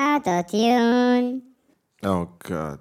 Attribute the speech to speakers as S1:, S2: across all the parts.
S1: Auto-tune.
S2: Oh God.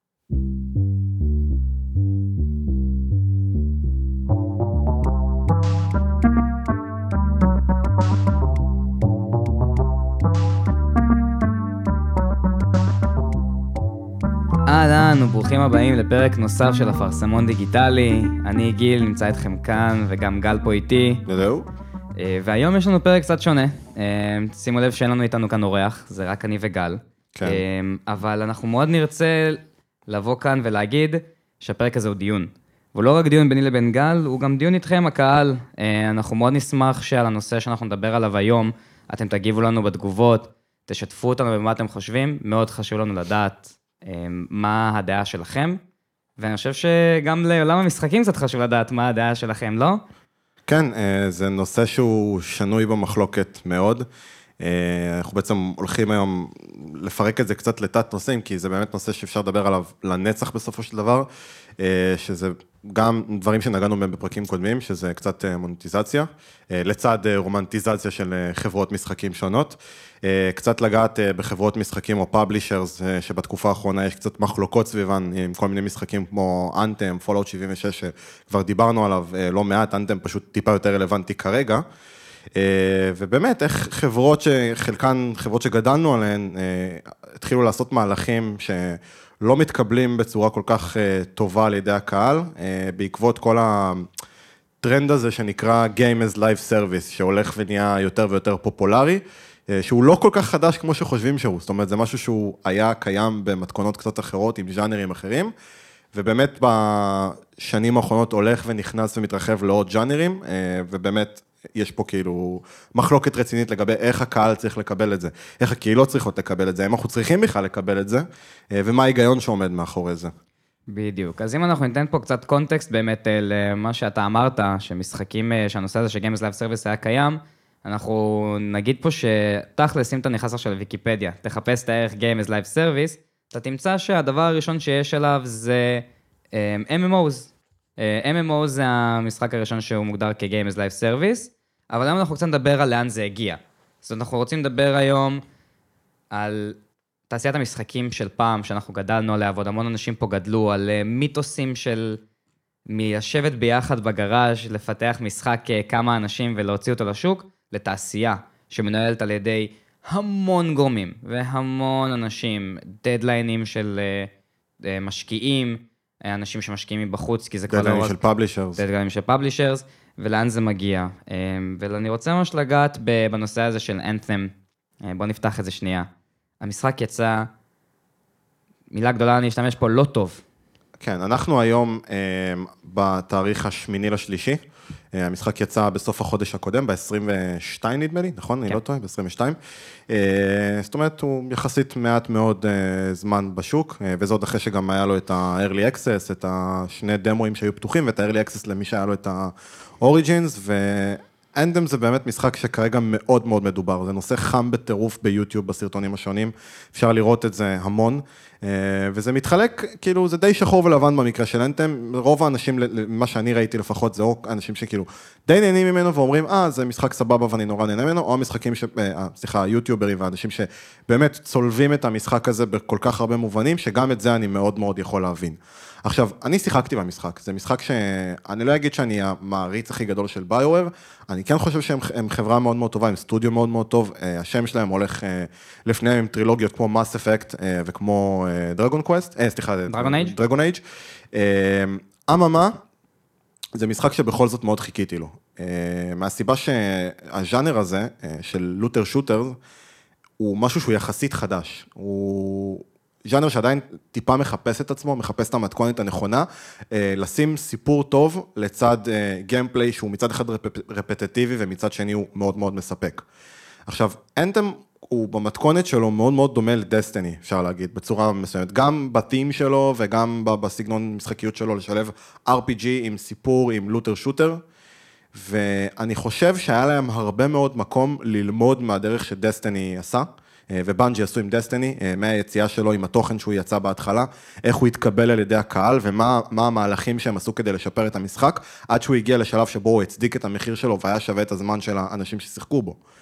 S3: אהלן וברוכים הבאים לפרק נוסף של אפרסמון דיגיטלי. אני גיל, נמצא איתכם כאן, וגם גל פה איתי.
S2: זהו?
S3: והיום יש לנו פרק קצת שונה. שימו לב שאין לנו איתנו כאן אורח, זה רק אני וגל.
S2: כן.
S3: אבל אנחנו מאוד נרצה לבוא כאן ולהגיד שהפרק הזה הוא דיון. והוא לא רק דיון ביני לבין גל, הוא גם דיון איתכם, הקהל. אנחנו מאוד נשמח שעל הנושא שאנחנו נדבר עליו היום, אתם תגיבו לנו בתגובות, תשתפו אותנו במה אתם חושבים, מאוד חשוב לנו לדעת מה הדעה שלכם, ואני חושב שגם לעולם המשחקים קצת חשוב לדעת מה הדעה שלכם, לא?
S2: כן, זה נושא שהוא שנוי במחלוקת מאוד. אנחנו בעצם הולכים היום לפרק את זה קצת לתת נושאים, כי זה באמת נושא שאפשר לדבר עליו לנצח בסופו של דבר, שזה גם דברים שנגענו בהם בפרקים קודמים, שזה קצת מונטיזציה, לצד רומנטיזציה של חברות משחקים שונות, קצת לגעת בחברות משחקים או פאבלישרס, שבתקופה האחרונה יש קצת מחלוקות סביבן, עם כל מיני משחקים כמו אנטם, פולאאוט 76, שכבר דיברנו עליו לא מעט, אנטם פשוט טיפה יותר רלוונטי כרגע, ובאמת, איך חברות חלקן חברות שגדלנו עליהן, התחילו לעשות מהלכים שלא מתקבלים בצורה כל כך טובה על ידי הקהל, בעקבות כל הטרנד הזה שנקרא Game as Live Service, שהולך ונהיה יותר ויותר פופולרי, שהוא לא כל כך חדש כמו שחושבים שהוא, זאת אומרת, זה משהו שהוא היה קיים במתכונות קצת אחרות, עם ז'אנרים אחרים, ובאמת בשנים האחרונות הולך ונכנס ומתרחב לעוד ז'אנרים, ובאמת יש פה כאילו מחלוקת רצינית לגבי איך הקהל צריך לקבל את זה, איך הקהילות צריכות לקבל את זה, אם אנחנו צריכים בכלל לקבל את זה, ומה ההיגיון שעומד מאחורי זה.
S3: בדיוק. אז אם אנחנו ניתן פה קצת קונטקסט באמת למה שאתה אמרת, שמשחקים, שהנושא הזה של Games Live Service היה קיים, אנחנו נגיד פה שתכלס, אם אתה נכנס עכשיו לוויקיפדיה, תחפש את הערך Game as Live Service, אתה תמצא שהדבר הראשון שיש עליו זה MMOs. MMO זה המשחק הראשון שהוא מוגדר כ-Game as Live Service, אבל היום אנחנו קצת נדבר על לאן זה הגיע. זאת אומרת, אנחנו רוצים לדבר היום על תעשיית המשחקים של פעם, שאנחנו גדלנו עליה, ועוד המון אנשים פה גדלו, על מיתוסים של מיישבת ביחד בגראז' לפתח משחק כמה אנשים ולהוציא אותו לשוק, לתעשייה שמנוהלת על ידי המון גורמים והמון אנשים, דדליינים של משקיעים, אנשים שמשקיעים מבחוץ, כי זה כבר
S2: דדליינים של פאבלישרס.
S3: דדליינים של פאבלישרס, ולאן זה מגיע. ואני רוצה ממש לגעת בנושא הזה של אנת'ם. בואו נפתח את זה שנייה. המשחק יצא, מילה גדולה, אני אשתמש פה, לא טוב.
S2: כן, אנחנו היום בתאריך השמיני לשלישי, המשחק יצא בסוף החודש הקודם, ב-22 נדמה לי, נכון? אני לא טועה, ב-22. זאת אומרת, הוא יחסית מעט מאוד זמן בשוק, וזה עוד אחרי שגם היה לו את ה-Early Access, את השני דמוים שהיו פתוחים, ואת ה-Early Access למי שהיה לו את ה-Origins, אנדם זה באמת משחק שכרגע מאוד מאוד מדובר, זה נושא חם בטירוף ביוטיוב בסרטונים השונים, אפשר לראות את זה המון, וזה מתחלק, כאילו זה די שחור ולבן במקרה של אנדם, רוב האנשים, מה שאני ראיתי לפחות, זה או אנשים שכאילו די נהנים ממנו ואומרים, זה משחק סבבה ואני נורא נהנה ממנו, או המשחקים, היוטיוברים ואנשים שבאמת צולבים את המשחק הזה בכל כך הרבה מובנים, שגם את זה אני מאוד מאוד יכול להבין. עכשיו, אני שיחקתי במשחק, זה משחק שאני לא אגיד שאני המעריץ הכי גדול של ביואר, אני כן חושב שהם חברה מאוד מאוד טובה, הם סטודיו מאוד מאוד טוב, השם שלהם הולך לפניהם עם טרילוגיות כמו Mass Effect וכמו Dragon Quest, Dragon Age. אממה, זה משחק שבכל זאת מאוד חיכיתי לו. מהסיבה שהז'אנר הזה של לוטר שוטר, הוא משהו שהוא יחסית חדש, הוא ז'אנר שעדיין טיפה מחפש את עצמו, מחפש את המתכונת הנכונה, לשים סיפור טוב לצד גיימפליי שהוא מצד אחד רפטטיבי ומצד שני הוא מאוד מאוד מספק. עכשיו, אנתם הוא במתכונת שלו מאוד מאוד דומה לדסטיני, אפשר להגיד, בצורה מסוימת, גם בתים שלו וגם בסגנון משחקיות שלו, לשלב RPG עם סיפור, עם לוטר שוטר, ואני חושב שהיה להם הרבה מאוד מקום ללמוד מהדרך שדסטיני עשה, ובנג'י עשו עם דסטיני, מהיציאה שלו עם התוכן שהוא יצא בהתחלה, איך הוא התקבל על ידי הקהל, ומה המהלכים שהם עשו כדי לשפר את המשחק, עד שהוא הגיע לשלב שבו הוא הצדיק את המחיר שלו, והיה שווה את הזמן של האנשים ששיחקו בו.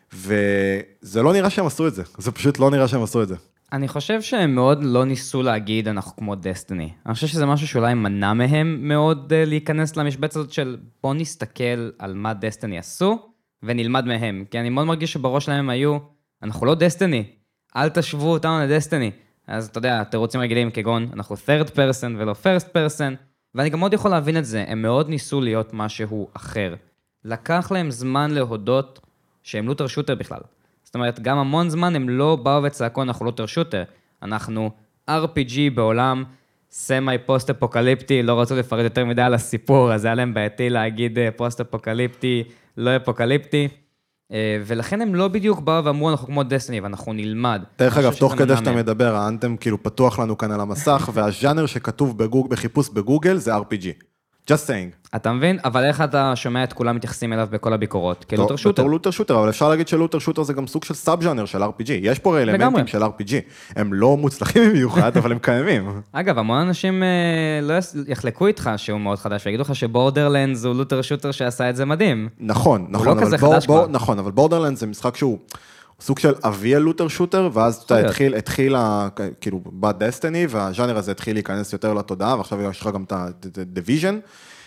S2: וזה לא נראה שהם עשו את זה, זה פשוט לא נראה שהם עשו את זה.
S3: אני חושב שהם מאוד לא ניסו להגיד, אנחנו כמו דסטיני. אני חושב שזה משהו שאולי מנע מהם מאוד להיכנס למשבצת הזאת של בוא נסתכל על מה דסטיני עשו, ונלמד מהם. כי אני מאוד מרגיש שבראש שלהם הם היו, אנחנו לא דסטיני, אל תשוו אותנו לדסטיני. אז אתה יודע, תירוצים רגילים כגון, אנחנו third person ולא first person, ואני גם מאוד יכול להבין את זה, הם מאוד ניסו להיות משהו אחר. לקח להם זמן להודות שהם לוטר שוטר בכלל. זאת אומרת, גם המון זמן הם לא באו וצעקו, אנחנו לוטר שוטר. אנחנו RPG בעולם סמי פוסט-אפוקליפטי, לא רצו לפרט יותר מדי על הסיפור, אז היה להם בעייתי להגיד פוסט-אפוקליפטי, לא אפוקליפטי. ולכן הם לא בדיוק באו ואמרו, אנחנו כמו דסטיני, ואנחנו נלמד.
S2: דרך אגב, תוך כדי שאתה מדבר, האנתם כאילו פתוח לנו כאן על המסך, והז'אנר שכתוב בחיפוש בגוגל זה RPG. Just saying.
S3: אתה מבין? אבל איך אתה שומע את כולם מתייחסים אליו בכל הביקורות? כלוטר שוטר.
S2: בתור לוטר שוטר, אבל אפשר להגיד שלוטר שוטר זה גם סוג של סאב-ז'אנר של RPG. יש פה אלמנטים של RPG. הם לא מוצלחים במיוחד, אבל הם קיימים.
S3: אגב, המון אנשים לא יחלקו איתך שהוא מאוד חדש, ויגידו לך שבורדרלנדס הוא לוטר שוטר שעשה את זה מדהים.
S2: נכון,
S3: הוא לא כזה חדש כבר.
S2: נכון, אבל בורדרלנדס זה משחק שהוא סוג של אבי הלוטר שוטר, ואז אתה התחיל, כאילו, בדסטיני, והז'אנר הזה התחיל להיכנס יותר לתודעה, ועכשיו יש לך גם את הדיוויז'ן.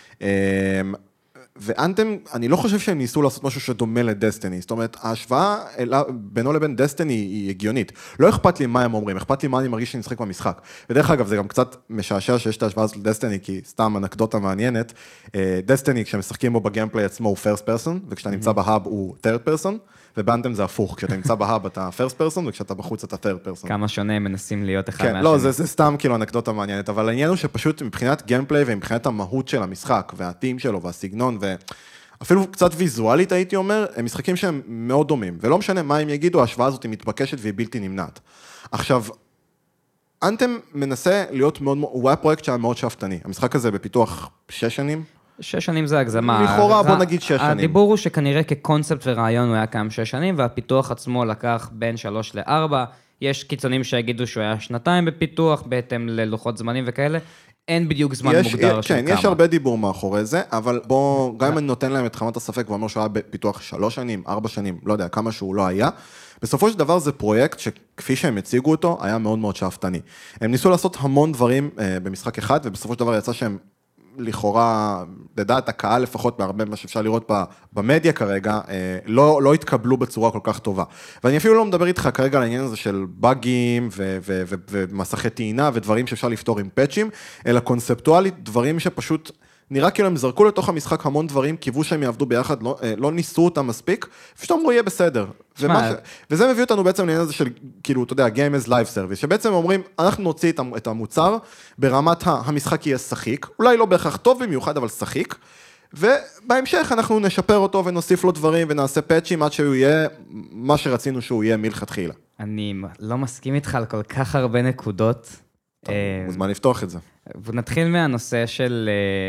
S2: ואנתם, אני לא חושב שהם ניסו לעשות משהו שדומה לדסטיני, זאת אומרת, ההשוואה בינו לבין דסטיני היא הגיונית. לא אכפת לי מה הם אומרים, אכפת לי מה אני מרגיש שאני משחק במשחק. ודרך אגב, זה גם קצת משעשע שיש את ההשוואה הזאת לדסטיני, כי סתם אנקדוטה מעניינת, דסטיני, כשמשחקים בו בגיימפליי עצמו הוא first person, וכשאתה נמצא בהאב הוא third person, ובאנתם זה הפוך, כשאתה נמצא בהאב אתה first person, וכשאתה בחוץ אתה third person.
S3: כמה שונה הם מנסים להיות אחד
S2: כן,
S3: מהשני.
S2: לא, זה סתם כאילו אנקדוטה מעניינת, אבל העניין הוא שפשוט מבחינת גיימפליי ומבחינת המהות של המשחק, והטים שלו והסגנון, ואפילו קצת ויזואלית הייתי אומר, הם משחקים שהם מאוד דומים, ולא משנה מה הם יגידו, ההשוואה הזאת היא מתבקשת והיא בלתי נמנעת. עכשיו, אנתם מנסה להיות מאוד, הוא היה פרויקט שהיה מאוד שאפתני, המשחק הזה בפיתוח 6 שנים,
S3: 6 שנים זה הגזמה.
S2: לכאורה בוא נגיד 6 שנים.
S3: הדיבור הוא שכנראה כקונספט ורעיון הוא היה קיים 6 שנים, והפיתוח עצמו לקח בין 3 ל-4. יש קיצונים שיגידו שהוא היה 2 בפיתוח, בהתאם ללוחות זמנים וכאלה. אין בדיוק זמן מוגדר של כמה.
S2: כן, יש הרבה דיבור מאחורי זה, אבל בוא, גם אם אני נותן להם את חמת הספק, ואומר שהוא היה בפיתוח 3 שנים, 4 שנים, לא יודע, כמה שהוא לא היה, בסופו של דבר זה פרויקט שכפי שהם הציגו אותו, היה מאוד מאוד שאפתני. הם ניסו לעשות המון דברים במשחק אחד, ובסופו של דבר יצא שהם לכאורה, לדעת הקהל לפחות בהרבה מה שאפשר לראות במדיה כרגע, לא התקבלו בצורה כל כך טובה. ואני אפילו לא מדבר איתך כרגע על העניין הזה של באגים ומסכי טעינה ודברים שאפשר לפתור עם פאצ'ים, אלא קונספטואלית, דברים שפשוט נראה כאילו הם זרקו לתוך המשחק המון דברים, קיוו שהם יעבדו ביחד, לא ניסו אותם מספיק, ופשוט אמרו יהיה בסדר. וזה מביא אותנו בעצם לעניין הזה של, כאילו, אתה יודע, Game as Live Service, שבעצם אומרים, אנחנו נוציא את המוצר, ברמת המשחק יהיה שחיק, אולי לא בהכרח טוב במיוחד, אבל שחיק, ובהמשך אנחנו נשפר אותו ונוסיף לו דברים, ונעשה פאצ'ים עד שהוא יהיה מה שרצינו שהוא יהיה מלכתחילה.
S3: אני לא מסכים איתך על כל כך הרבה נקודות.
S2: מוזמן לפתוח את זה.
S3: ונתחיל מהנושא של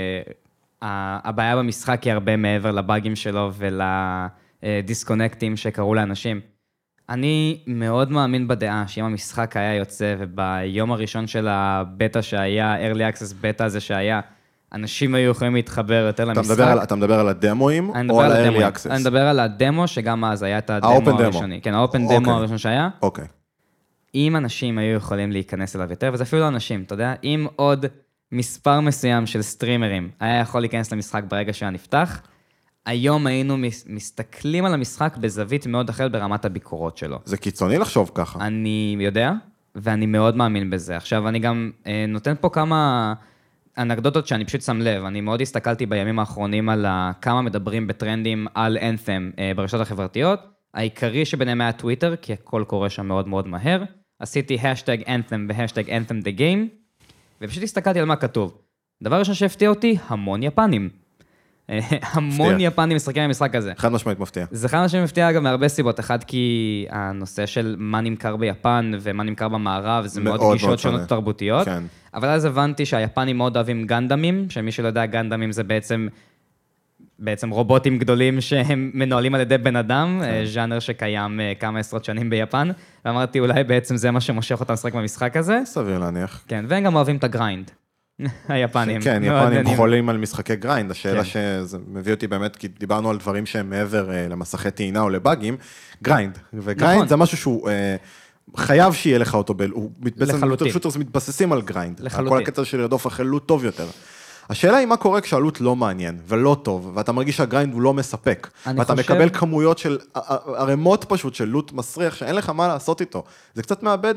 S3: הבעיה במשחק היא הרבה מעבר לבאגים שלו ולדיסקונקטים שקראו לאנשים. אני מאוד מאמין בדעה שאם המשחק היה יוצא וביום הראשון של הבטא שהיה, early access בטא הזה שהיה, אנשים היו יכולים להתחבר יותר למשחק.
S2: אתה מדבר על הדמוים או על ה-early access?
S3: אני מדבר על הדמו שגם אז היה את הדמו הראשוני. כן, האופן דמו הראשון שהיה.
S2: אוקיי.
S3: אם אנשים היו יכולים להיכנס אליו יותר, וזה אפילו לא אנשים, אתה יודע, אם עוד מספר מסוים של סטרימרים היה יכול להיכנס למשחק ברגע שהיה נפתח, היום היינו מסתכלים על המשחק בזווית מאוד אחרת ברמת הביקורות שלו.
S2: זה קיצוני לחשוב ככה.
S3: אני יודע, ואני מאוד מאמין בזה. עכשיו, אני גם נותן פה כמה אנקדוטות שאני פשוט שם לב. אני מאוד הסתכלתי בימים האחרונים על כמה מדברים בטרנדים על Anthem ברשתות החברתיות. העיקרי שביניהם היה טוויטר, כי הכל קורה שם מאוד מאוד מהר. עשיתי השטג Anthem והשטג Anthem the game, ופשוט הסתכלתי על מה כתוב. דבר ראשון שהפתיע אותי, המון יפנים. המון יפנים משחקים במשחק הזה.
S2: חד משמעית מפתיע.
S3: זה חד משמעית מפתיע גם מהרבה סיבות. אחד, כי הנושא של מה נמכר ביפן ומה נמכר במערב, זה מאוד גישות שונות תרבותיות. אבל אז הבנתי שהיפנים מאוד אוהבים גנדמים, שמי שלא יודע, גנדמים זה בעצם רובוטים גדולים שהם מנוהלים על ידי בן אדם, ז'אנר שקיים כמה עשרות שנים ביפן, ואמרתי אולי בעצם זה מה שמושך אותם לשחק במשחק הזה.
S2: סביר להניח.
S3: כן, והם גם אוהבים את הגריינד. היפנים.
S2: כן, יפנים חולים על משחקי גריינד, השאלה שזה מביא אותי באמת, כי דיברנו על דברים שהם מעבר למסכי טעינה או לבאגים, גריינד, וגריינד זה משהו שהוא חייב שיהיה לך אותו, הוא פשוט מתבססים על גריינד, כל הקצר של לרדוף אחרי לוט טוב יותר. השאלה היא מה קורה כשהלוט לא מעניין ולא טוב, ואתה מרגיש שהגריינד הוא לא מספק, ואתה מקבל כמויות של הרמות פשוט של לוט מסריח, שאין לך מה לעשות איתו. זה קצת מאבד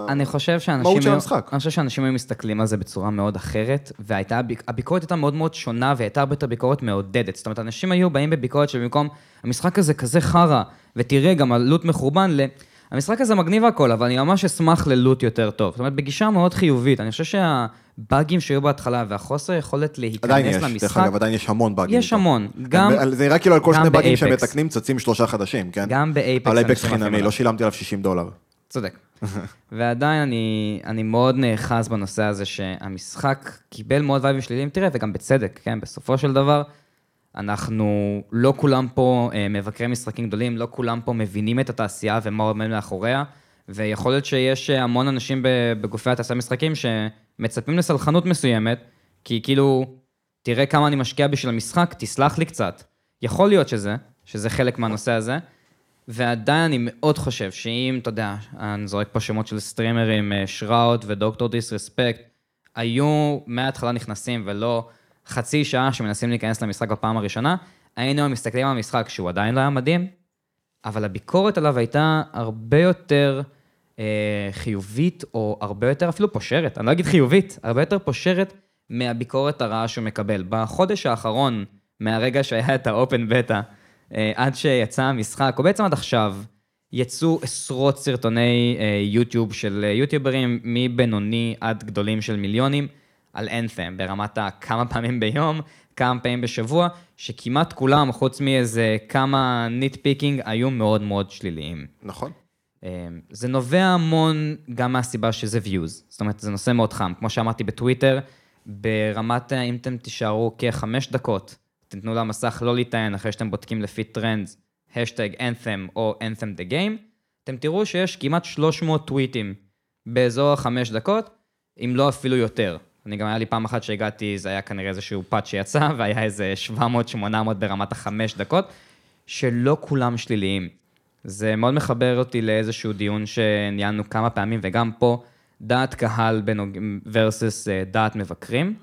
S2: מהמהות של המשחק.
S3: אני חושב שאנשים היו מסתכלים על זה בצורה מאוד אחרת, והביקורת הייתה מאוד מאוד שונה, והייתה הרבה יותר ביקורת מעודדת. זאת אומרת, אנשים היו באים בביקורת שבמקום, המשחק הזה כזה חרה, ותראה גם הלוט מחורבן המשחק הזה מגניב הכל, אבל אני ממש אשמח ללוט יותר טוב. זאת אומרת, בגישה מאוד חיובית. אני חושב שהבאגים שהיו בהתחלה, והחוסר יכולת להיכנס למשחק...
S2: דרך אגב, עדיין יש המון באגים.
S3: יש המון.
S2: זה נראה כאילו על כל שני באגים שמתקנים, צצים 3 חדשים, כן?
S3: גם באייפקס.
S2: אבל אייפקס חינמי, לא שילמתי עליו $60.
S3: צודק. ועדיין אני מאוד נאחז בנושא הזה שהמשחק קיבל מאוד וייבים שליליים, תראה, וגם בצדק, כן? בסופו של דבר, אנחנו לא כולם פה מבקרי משחקים גדולים, לא כולם פה מבינים את התעשייה ומה עומד מאחוריה, ויכול להיות שיש המון אנשים בגופי התעשייה משחקים שמצפים לסלחנות מסוימת, כי כאילו, תראה כמה אני משקיע בשביל המשחק, תסלח לי קצת. יכול להיות שזה חלק מהנושא הזה, ועדיין אני מאוד חושב שאם, אתה יודע, אני זורק פה שמות של סטרימרים, שראוט ודוקטור דיסרספקט, היו מההתחלה נכנסים ולא חצי שעה שמנסים להיכנס למשחק בפעם הראשונה, היינו מסתכלים על המשחק שהוא עדיין לא היה מדהים, אבל הביקורת עליו הייתה הרבה יותר חיובית, או הרבה יותר אפילו פושרת, אני לא אגיד חיובית, הרבה יותר פושרת מהביקורת הרעה שהוא מקבל. בחודש האחרון, מהרגע שהיה את האופן בטא, עד שיצא המשחק, או בעצם עד עכשיו, יצאו עשרות סרטוני יוטיוב של יוטיוברים, מבינוני עד גדולים של מיליונים, על אנת'ם, ברמת כמה פעמים ביום, כמה פעמים בשבוע, שכמעט כולם, חוץ מאיזה כמה ניטפיקינג, היו מאוד מאוד שליליים.
S2: נכון.
S3: זה נובע המון גם מהסיבה שזה views, זאת אומרת, זה נושא מאוד חם. כמו שאמרתי בטוויטר, ברמת, אם אתם תישארו כ5 דקות, תתנו למסך לא להיטען אחרי שאתם בודקים לפי טרנדס, השטג Anthem או Anthem the Game, אתם תראו שיש כמעט 300 טוויטים באזור 5 דקות, אם לא אפילו יותר. אני גם היה לי פעם אחת שהגעתי, זה היה כנראה איזשהו פאט שיצא, והיה איזה 700-800 ברמת 5 דקות, שלא כולם שליליים. זה מאוד מחבר אותי לאיזשהו דיון שניהלנו כמה פעמים, וגם פה דעת קהל versus דעת מבקרים.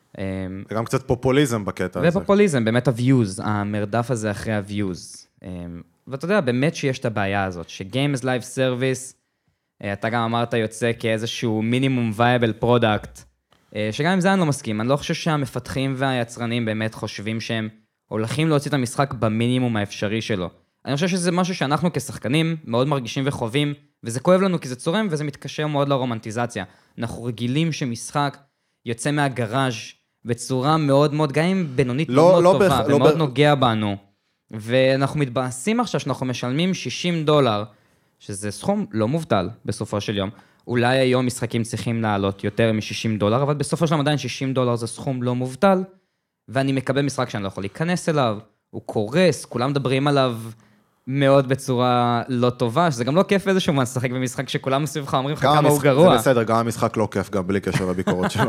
S2: וגם קצת פופוליזם בקטע הזה.
S3: ופופוליזם, באמת ה-views, המרדף הזה אחרי ה-views. ואתה יודע, באמת שיש את הבעיה הזאת, ש-Games Live Service, אתה גם אמרת יוצא כאיזשהו minimum viable product, שגם עם זה אני לא מסכים. אני לא חושב שהמפתחים והיצרנים באמת חושבים שהם הולכים להוציא את המשחק במינימום האפשרי שלו. אני חושב שזה משהו שאנחנו כשחקנים מאוד מרגישים וחווים, וזה כואב לנו כי זה צורם וזה מתקשר מאוד לרומנטיזציה. אנחנו רגילים שמשחק יוצא מהגראז' בצורה מאוד מאוד, גם אם בינונית מאוד טובה, ומאוד נוגע בנו. ואנחנו מתבאסים עכשיו שאנחנו משלמים $60, שזה סכום לא מובטל בסופו של יום. אולי היום משחקים צריכים לעלות יותר מ$60, אבל בסופו של יום עדיין $60 זה סכום לא מובטל, ואני מקבל משחק שאני לא יכול להיכנס אליו, הוא קורס, כולם מדברים עליו מאוד בצורה לא טובה, שזה גם לא כיף איזשהו מה לשחק במשחק שכולם מסביבך אומרים לך כמה הוא גרוע.
S2: זה בסדר, גם המשחק לא כיף, גם בלי קשר לביקורות שלו.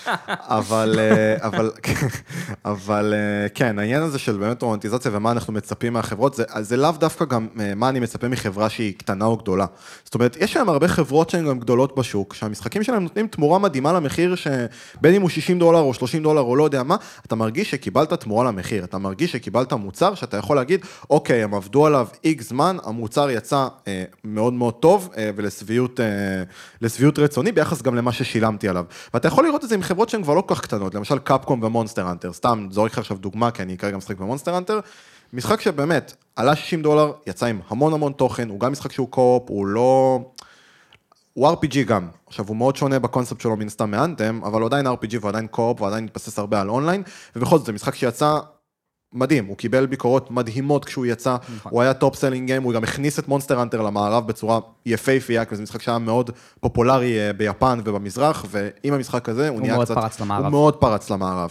S2: אבל כן, העניין הזה של באמת רומנטיזציה ומה אנחנו מצפים מהחברות, זה לאו דווקא גם מה אני מצפה מחברה שהיא קטנה או גדולה. זאת אומרת, יש להם הרבה חברות שהן גם גדולות בשוק, שהמשחקים שלהם נותנים תמורה מדהימה למחיר, שבין אם הוא $60 או $30 או לא יודע מה, אתה מרגיש שקיבלת תמורה למחיר, אתה מרגיש שקיבלת מוצר שאתה יכול להגיד, אוקיי, הם עבדו עליו X זמן, המוצר יצא מאוד מאוד טוב, ולשביעות רצוני, ביחס גם למה ששילמתי עליו. ואתה יכול לראות את זה עם חברות שהן כבר לא כל כך קטנות, למשל קאפקום ומונסטר אנטר, סתם זורק לך עכשיו דוגמה, כי אני כרגע משחק במונסטר אנטר, משחק שבאמת עלה $60, יצא עם המון המון תוכן, הוא גם משחק שהוא קו-אופ, הוא RPG גם. עכשיו, הוא מאוד שונה בקונספט שלו מן סתם מאנתם, אבל הוא עדיין RPG ועדיין קו-אופ, ועדיין מתבסס הרבה על אונליין, ובכל זאת, זה משחק שיצא מדהים, הוא קיבל ביקורות מדהימות כשהוא יצא, הוא היה טופ סלינג גיים, הוא גם הכניס את מונסטר אנטר למערב בצורה יפהפייה, כי זה משחק שהיה מאוד פופולרי ביפן ובמזרח, ועם המשחק הזה הוא נהיה קצת...
S3: הוא מאוד פרץ למערב.
S2: הוא מאוד פרץ למערב.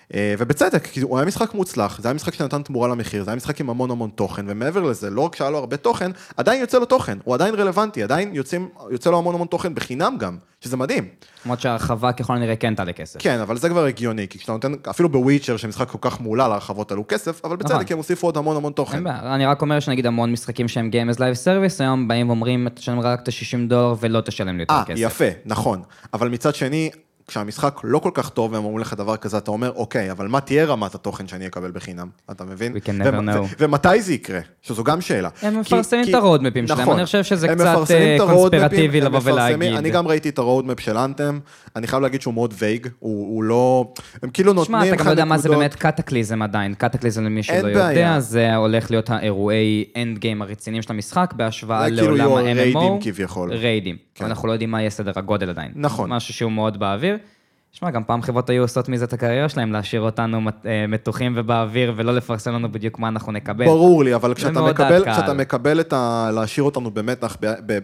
S2: ובצדק, כי הוא היה משחק מוצלח, זה היה משחק שנתן תמורה למחיר, זה היה משחק עם המון המון תוכן, ומעבר לזה, לא רק שהיה לו הרבה תוכן, עדיין יוצא לו תוכן, הוא עדיין רלוונטי, עדיין יוצא לו המון המון תוכן בחינם גם, שזה מדהים.
S3: למרות שהרחבה ככל הנראה כן תעלה כסף.
S2: כן, אבל זה כבר הגיוני, כי כשאתה נותן, אפילו בוויצ'ר, שמשחק כל כך מעולה, להרחבות עלו כסף, אבל בצדק הם הוסיפו עוד המון המון תוכן.
S3: אני רק אומר שנגיד המון משחקים שהם Games Live Service, היום באים ואומרים, תשלם רק את $60 ולא תשלם לי יותר כסף.
S2: יפה, נכון. אבל מצד שני, כשהמשחק לא כל כך טוב, והם אומרים לך דבר כזה, אתה אומר, אוקיי, אבל מה תהיה רמת התוכן שאני אקבל בחינם? אתה מבין?
S3: We can never know.
S2: ומתי זה יקרה? שזו גם שאלה.
S3: הם מפרסמים את הרודמפים שלהם, אני חושב שזה קצת קונספירטיבי לבוא ולהגיד.
S2: אני גם ראיתי את הרודמפ של אנתם, אני חייב להגיד שהוא מאוד וייג, הוא לא... הם כאילו נותנים...
S3: שמע, אתה גם לא יודע מה זה באמת קטקליזם עדיין, קטקליזם למי שלא יודע, זה הולך להיות האירועי אנד גיים הרציניים של המשחק, בהשוואה לעולם ה-MMO.
S2: ריידים כביכול.
S3: ריידים. אנחנו לא יודעים מה יהיה סדר הגודל עדיין.
S2: נכון.
S3: משהו שהוא מאוד באוויר. שמע, גם פעם חברות היו עושות מזה את הקריירה שלהם, להשאיר אותנו מתוחים ובאוויר, ולא לפרסם לנו בדיוק מה אנחנו נקבל.
S2: ברור לי, אבל כשאתה מקבל להשאיר אותנו במתח,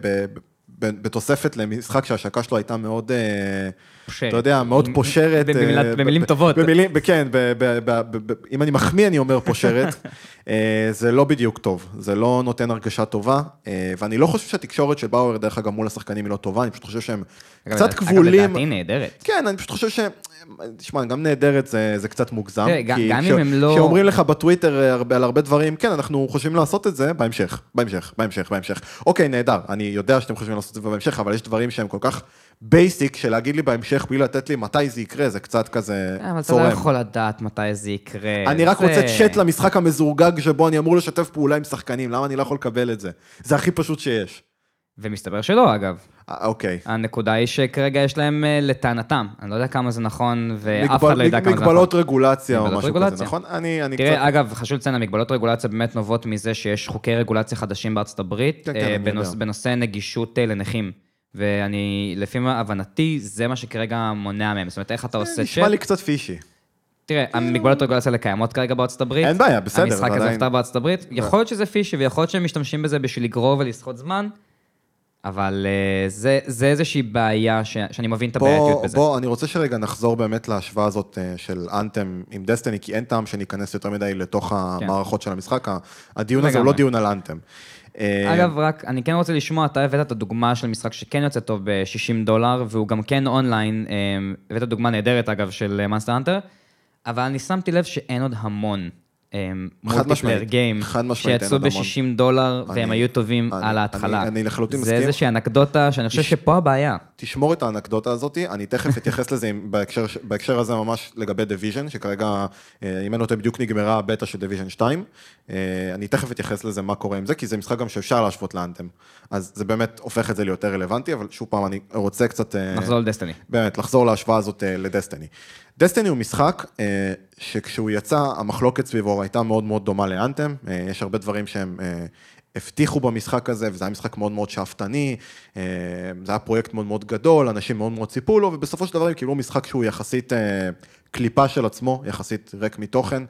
S2: בתוספת למשחק שההשקה שלו הייתה מאוד, אתה יודע, מאוד פושרת.
S3: במילים טובות.
S2: כן, אם אני מחמיא אני אומר פושרת, זה לא בדיוק טוב, זה לא נותן הרגשה טובה, ואני לא חושב שהתקשורת של באואר, דרך אגב מול השחקנים היא לא טובה, אני פשוט חושב שהם קצת כבולים.
S3: אגב, לדעתי נהדרת.
S2: כן, אני פשוט חושב תשמע, גם נהדרת זה קצת מוגזם,
S3: גם אם הם לא...
S2: שאומרים לך בטוויטר על הרבה דברים, כן, אנחנו חושבים לעשות את זה בהמשך. אוקיי, נהדר, אני יודע שאתם חושבים לעשות את זה בהמשך, אבל יש דברים שהם כל כך בייסיק, שלהגיד לי בהמשך, בלי לתת לי מתי זה יקרה, זה קצת כזה צורם.
S3: אבל אתה לא יכול לדעת מתי זה יקרה.
S2: אני רק רוצה צ'אט למשחק המזורגג, שבו אני אמור לשתף פעולה עם שחקנים, למה אני לא יכול לקבל את זה? זה הכי פשוט שיש.
S3: ומסתבר שלא, אגב.
S2: אוקיי.
S3: הנקודה היא שכרגע יש להם לטענתם. אני לא יודע כמה זה נכון, ואף אחד לא יודע כמה זה נכון.
S2: מגבלות רגולציה או משהו כזה, נכון?
S3: תראה, אגב, חשוב לציין, המגבלות רגולציה באמת נובעות מזה שיש חוקי רגולציה חדשים בארצות הברית, בנושא נגישות לנכים. ואני, לפי הבנתי, זה מה שכרגע מונע מהם. זאת אומרת, איך אתה עושה צ'אט?
S2: נשמע לי קצת פישי.
S3: תראה, המגבלות רגולציה לקיימות כרגע בארצות הברית.
S2: אין בעיה, בסדר.
S3: המשחק הזה נכתב בארצות הברית. יכול להיות שזה פישי, ויכול להיות שהם משתמשים בזה בשביל לגרור ולסחוט זמן, אבל זה איזושהי בעיה שאני מבין את הבעייתיות בזה.
S2: בוא, אני רוצה שרגע נחזור באמת להשוואה הזאת של אנתם עם דסטיני, כי אין טעם שניכנס יותר מדי לתוך המערכות של המשחק. הדיון הזה הוא לא דיון על אנתם.
S3: אגב, רק, אני כן רוצה לשמוע, אתה הבאת את הדוגמה של משחק שכן יוצא טוב $60, והוא גם כן אונליין, הבאת דוגמה נהדרת, אגב, של מאנסטר הנטר, אבל אני שמתי לב שאין עוד המון מולטיפלייר גיים, שיצאו $60, והם היו טובים על ההתחלה.
S2: אני לחלוטין מסכים.
S3: זה איזושהי אנקדוטה, שאני חושב שפה הבעיה.
S2: תשמור את האנקדוטה הזאת, אני תכף אתייחס לזה בהקשר הזה ממש לגבי דיוויז'ן, שכרגע, אם אין אותה בדיוק נגמרה הבטא של דיוויז'ן 2, אני תכף אתייחס לזה מה קורה עם זה, כי זה משחק גם שאפשר להשוות לאנתם. אז זה באמת הופך את זה ליותר רלוונטי, אבל שוב פעם אני רוצה קצת...
S3: לחזור לדסטיני.
S2: באמת, לחזור להשוואה הזאת לדסטיני. דסטיני הוא משחק שכשהוא יצא, המחלוקת סביבו הייתה מאוד מאוד דומה לאנתם, יש הרבה דברים שהם הבטיחו במשחק הזה, וזה היה משחק מאוד מאוד שאפתני, זה היה פרויקט מאוד מאוד גדול, אנשים מאוד מאוד ציפו לו, ובסופו של דבר הם קיבלו משחק שהוא יחסית קליפה של עצמו, יחסית ריק מתוכן,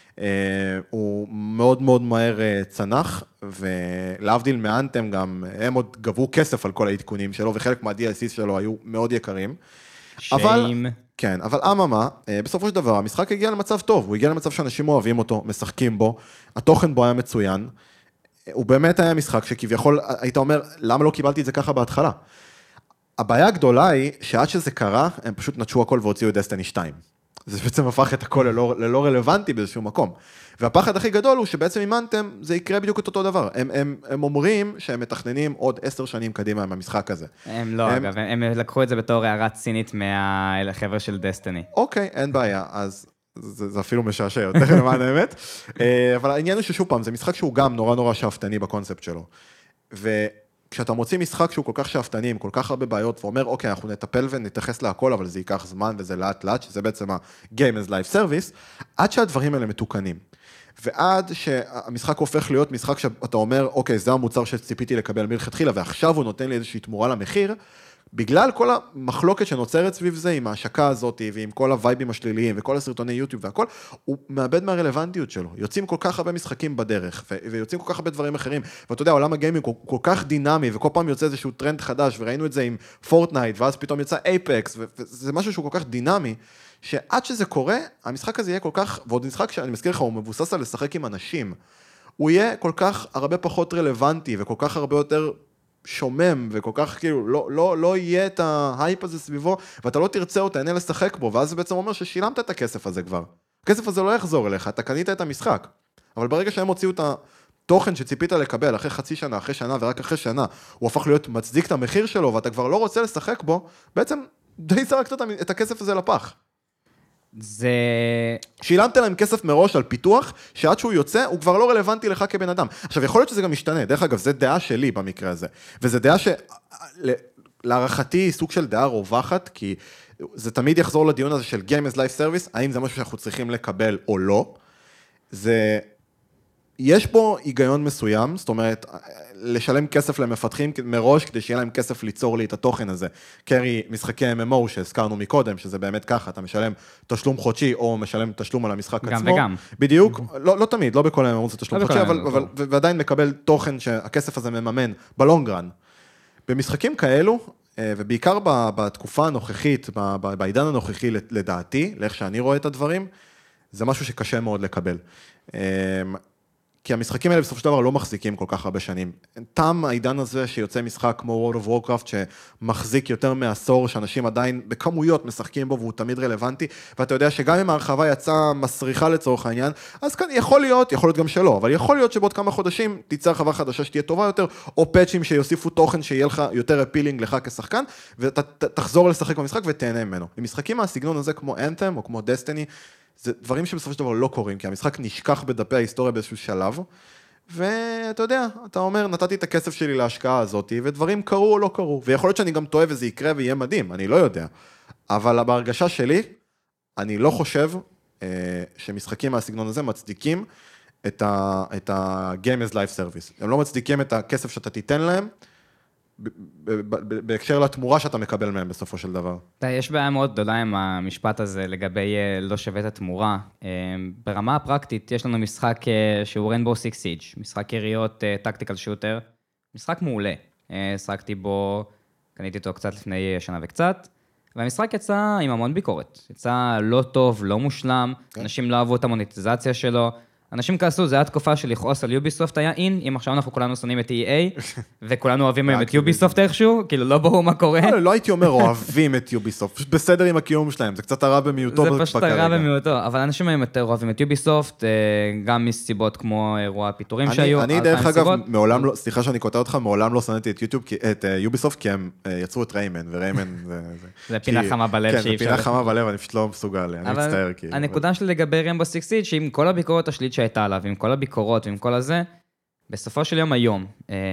S2: הוא מאוד מאוד מהר צנח, ולהבדיל מאנתם גם, הם עוד גבו כסף על כל העדכונים שלו, וחלק מה-DLC שלו היו מאוד יקרים.
S3: שיים.
S2: כן, אבל אממה, בסופו של דבר, המשחק הגיע למצב טוב, הוא הגיע למצב שאנשים אוהבים אותו, משחקים בו, התוכן בו היה מצוין, הוא באמת היה משחק שכביכול, היית אומר, למה לא קיבלתי את זה ככה בהתחלה? הבעיה הגדולה היא, שעד שזה קרה, הם פשוט נטשו הכל והוציאו את דסטיני 2. זה בעצם הפך את הכל ללא רלוונטי באיזשהו מקום. והפחד הכי גדול הוא שבעצם אימנתם, זה יקרה בדיוק את אותו דבר. הם אומרים שהם מתכננים עוד 10 שנים קדימה מהמשחק הזה.
S3: הם לא, אגב, הם לקחו את זה בתור הערת צינית מהחבר'ה של דסטיני.
S2: אוקיי, אין בעיה, אז זה אפילו משעשע יותר למען האמת. אבל העניין הוא ששוב פעם, זה משחק שהוא גם נורא נורא שאפתני בקונספט שלו. כשאתה מוציא משחק שהוא כל כך שאפתני, עם כל כך הרבה בעיות, ואומר, אוקיי, אנחנו נטפל ונתייחס להכל, אבל זה ייקח זמן וזה לאט לאט, שזה בעצם ה-Game as Life Service, עד שהדברים האלה מתוקנים. ועד שהמשחק הופך להיות משחק שאתה אומר, אוקיי, זה המוצר שציפיתי לקבל מלכתחילה, ועכשיו הוא נותן לי איזושהי תמורה למחיר, בגלל כל המחלוקת שנוצרת סביב זה, עם ההשקה הזאת, ועם כל הווייבים השליליים, וכל הסרטוני יוטיוב והכל, הוא מאבד מהרלוונטיות שלו. יוצאים כל כך הרבה משחקים בדרך, ויוצאים כל כך הרבה דברים אחרים, ואתה יודע, עולם הגיימינג הוא כל כך דינמי, וכל פעם יוצא איזשהו טרנד חדש, וראינו את זה עם פורטנייט, ואז פתאום יצא אייפקס, וזה משהו שהוא כל כך דינמי, שעד שזה קורה, המשחק הזה יהיה כל כך, ועוד משחק שאני מזכיר לך, הוא מבוסס על לשחק עם אנשים, הוא יהיה כל כך הרבה פחות רלוונטי, וכל כך הרבה יותר שומם, וכל כך כאילו, לא יהיה את ההייפ הזה סביבו, ואתה לא תרצה או תהנה לשחק בו, ואז זה בעצם אומר ששילמת את הכסף הזה כבר. הכסף הזה לא יחזור אליך, אתה קנית את המשחק. אבל ברגע שהם הוציאו את התוכן שציפית לקבל, אחרי חצי שנה, אחרי שנה, ורק אחרי שנה, הוא הפך להיות מצדיק את המחיר שלו, ואתה כבר לא רוצה לשחק בו, בעצם די זרקת את הכסף הזה לפח.
S3: זה...
S2: שילמת להם כסף מראש על פיתוח, שעד שהוא יוצא, הוא כבר לא רלוונטי לך כבן אדם. עכשיו, יכול להיות שזה גם משתנה, דרך אגב, זה דעה שלי במקרה הזה, וזה דעה להערכתי סוג של דעה רווחת, כי זה תמיד יחזור לדיון הזה של Game as Life Service, האם זה משהו שאנחנו צריכים לקבל או לא, יש פה היגיון מסוים, זאת אומרת, לשלם כסף למפתחים מראש, כדי שיהיה להם כסף ליצור לי את התוכן הזה. קרי, משחקי MMO שהזכרנו מקודם, שזה באמת ככה, אתה משלם תשלום חודשי, או משלם תשלום על המשחק
S3: גם
S2: עצמו.
S3: וגם.
S2: בדיוק, לא תמיד, לא בכל MMO זה תשלום חודשי, ועדיין מקבל תוכן שהכסף הזה מממן, בלונגרן. במשחקים כאלו, ובעיקר בתקופה הנוכחית, בעידן הנוכחי לדעתי, לאיך שאני רואה את הדברים, זה משהו שקשה מאוד לקבל. כי המשחקים האלה בסופו של דבר לא מחזיקים כל כך הרבה שנים. תם העידן הזה שיוצא משחק כמו World of Warcraft, שמחזיק יותר מעשור, שאנשים עדיין בכמויות משחקים בו, והוא תמיד רלוונטי, ואתה יודע שגם אם ההרחבה יצאה מסריחה לצורך העניין, אז כאן יכול להיות גם שלא, אבל יכול להיות שבעוד כמה חודשים תצא הרחבה חדשה שתהיה טובה יותר, או פאצ'ים שיוסיפו תוכן שיהיה לך יותר אפילינג לך כשחקן, ואתה תחזור לשחק במשחק ותהנה ממנו. במשחקים מהסגנון הזה כמו Anthem או כמו Destiny, זה דברים שבסופו של דבר לא קורים, כי המשחק נשכח בדפי ההיסטוריה באיזשהו שלב, ואתה יודע, אתה אומר, נתתי את הכסף שלי להשקעה הזאת, ודברים קרו או לא קרו, ויכול להיות שאני גם טועה וזה יקרה ויהיה מדהים, אני לא יודע, אבל בהרגשה שלי, אני לא חושב שמשחקים מהסגנון הזה מצדיקים את ה-Game as Life Service, הם לא מצדיקים את הכסף שאתה תיתן להם, בהקשר לתמורה שאתה מקבל מהם בסופו של דבר.
S3: יש בעיה מאוד גדולה עם המשפט הזה לגבי לא שווה את התמורה. ברמה הפרקטית יש לנו משחק שהוא Rainbow Six Siege, משחק יריות טקטיקל שוטר, משחק מעולה. שחקתי בו, קניתי אותו קצת לפני שנה וקצת, והמשחק יצא עם המון ביקורת. יצא לא טוב, לא מושלם, אנשים לא אהבו את המוניטיזציה שלו, אנשים כעסו, זה היה תקופה של לכעוס על יוביסופט היה אין, אם עכשיו אנחנו כולנו שונאים את EA, וכולנו אוהבים היום את יוביסופט איכשהו, כאילו לא ברור מה קורה.
S2: לא הייתי אומר אוהבים את יוביסופט, פשוט בסדר עם הקיום שלהם, זה קצת הרע במיעוטו.
S3: זה פשוט הרע במיעוטו, אבל אנשים היום יותר אוהבים את יוביסופט, גם מסיבות כמו אירוע הפיטורים שהיו.
S2: אני דרך אגב, מעולם לא, סליחה שאני קוטע אותך, מעולם לא שנאתי את יוביסופט, כי הם יצרו את ריימן, וריימן
S3: זה פינה חמה בלב
S2: שאי אפשר. כן, זה פינה חמה בלב, אני פשוט לא מסוגל, אני מצטער.
S3: הנקודה שלי לגבי ריימבו סיקס סיג' שעם כל הביקורת השלילית שהייתה עליו, עם כל הביקורות ועם כל הזה, בסופו של יום היום,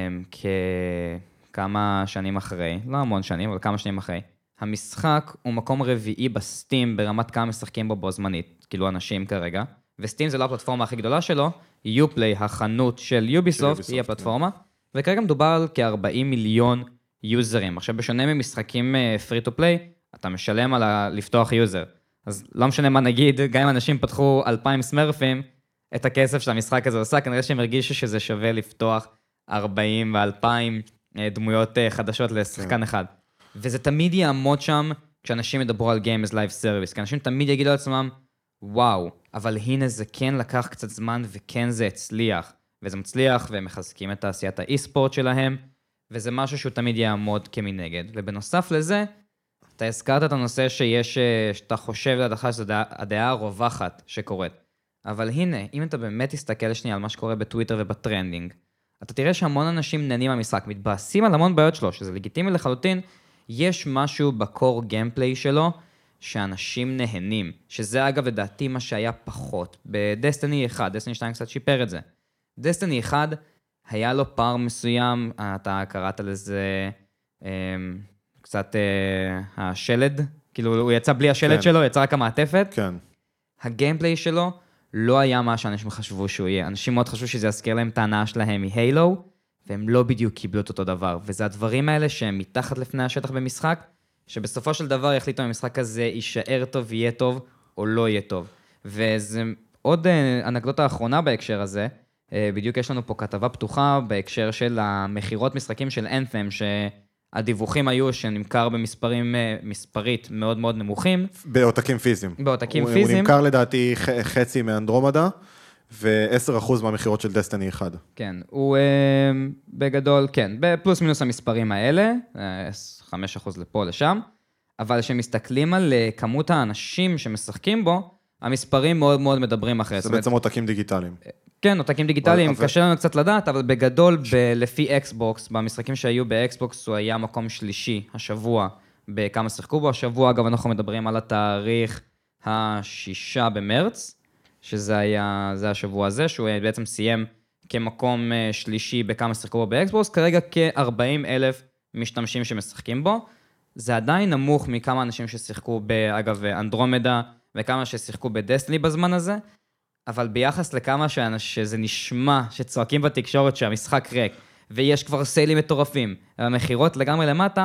S3: כמה שנים אחרי, לא המון שנים, אבל כמה שנים אחרי, המשחק הוא מקום רביעי בסטים ברמת כמה משחקים בו זמנית, כאילו אנשים כרגע, וסטים זה לא הפלטפורמה הכי גדולה שלו, יופליי, החנות של יוביסופט, היא הפלטפורמה, וכרגע מדובר על כ-40 מיליון יוזרים. עכשיו, בשונה ממשחקים פרי טו פליי, אתה משלם על לפתוח יוזר. אז לא משנה מה נגיד, גם אם אנשים פתחו 2,000 סמרפים, את הכסף שהמשחק הזה עושה, כנראה שהם הרגישו שזה שווה לפתוח 40 ו2,000 דמויות חדשות לשחקן אחד. וזה תמיד יעמוד שם כשאנשים ידברו על Game as Life Service, כי אנשים תמיד יגידו לעצמם, וואו, אבל הנה זה כן לקח קצת זמן וכן זה הצליח. וזה מצליח והם מחזקים את תעשיית האי-ספורט שלהם, וזה משהו שהוא תמיד יעמוד כמנגד. ובנוסף לזה, אתה הזכרת את הנושא שאתה חושב לדעתך שזו הדעה הרווחת שקורית. אבל הנה, אם אתה באמת תסתכל שנייה על מה שקורה בטוויטר ובטרנדינג, אתה תראה שהמון אנשים נהנים מהמשחק, מתבאסים על המון בעיות שלו, שזה לגיטימי לחלוטין, יש משהו בקור גיימפליי שלו, שאנשים נהנים, שזה אגב לדעתי מה שהיה פחות. בדסטיני 1, דסטיני 2 קצת שיפר את זה. דסטיני 1 היה לו פער מסוים, אתה קראת לזה קצת השלד, כאילו הוא יצא בלי השלד שלו, יצא רק המעטפת.
S2: כן.
S3: הגיימפליי שלו לא היה מה שאנשים חשבו שהוא יהיה. אנשים מאוד חשבו שזה יזכיר להם את ההנאה שלהם מהיילו, והם לא בדיוק קיבלו את אותו דבר. וזה הדברים האלה שהם מתחת לפני השטח במשחק, שבסופו של דבר יחליטו אם המשחק הזה יישאר טוב, יהיה טוב, או לא יהיה טוב. וזה עוד אנקדוטה האחרונה בהקשר הזה, בדיוק יש לנו פה כתבה פתוחה בהקשר של המחירות משחקים של Anthem, שהדיווחים היו שנמכר במספרים, מספרית מאוד מאוד נמוכים.
S2: בעותקים פיזיים.
S3: בעותקים
S2: הוא
S3: פיזיים.
S2: נמכר לדעתי חצי מאנדרומדה, ו10% מהמחירות של דסטיני 1.
S3: כן, הוא בגדול, כן, בפלוס מינוס המספרים האלה, 5% לפה לשם, אבל כשמסתכלים על כמות האנשים שמשחקים בו, המספרים מאוד מאוד מדברים אחרי.
S2: זה בעצם עותקים דיגיטליים.
S3: כן, עותקים דיגיטליים, קשה לנו קצת לדעת, אבל בגדול, לפי אקסבוקס, במשחקים שהיו באקסבוקס, הוא היה מקום שלישי השבוע, בכמה שיחקו בו. השבוע, אגב, אנחנו מדברים על התאריך 6 במרץ, שזה היה, זה השבוע הזה, שהוא בעצם סיים כמקום שלישי בכמה שיחקו בו באקסבוקס, כרגע כ-40,000 משתמשים שמשחקים בו. זה עדיין נמוך מכמה אנשים ששיחקו אגב, אנדרומדה, וכמה ששיחקו בדסטיני בזמן הזה, אבל ביחס לכמה שזה נשמע, שצועקים בתקשורת שהמשחק ריק, ויש כבר סיילים מטורפים, והמחירות לגמרי למטה,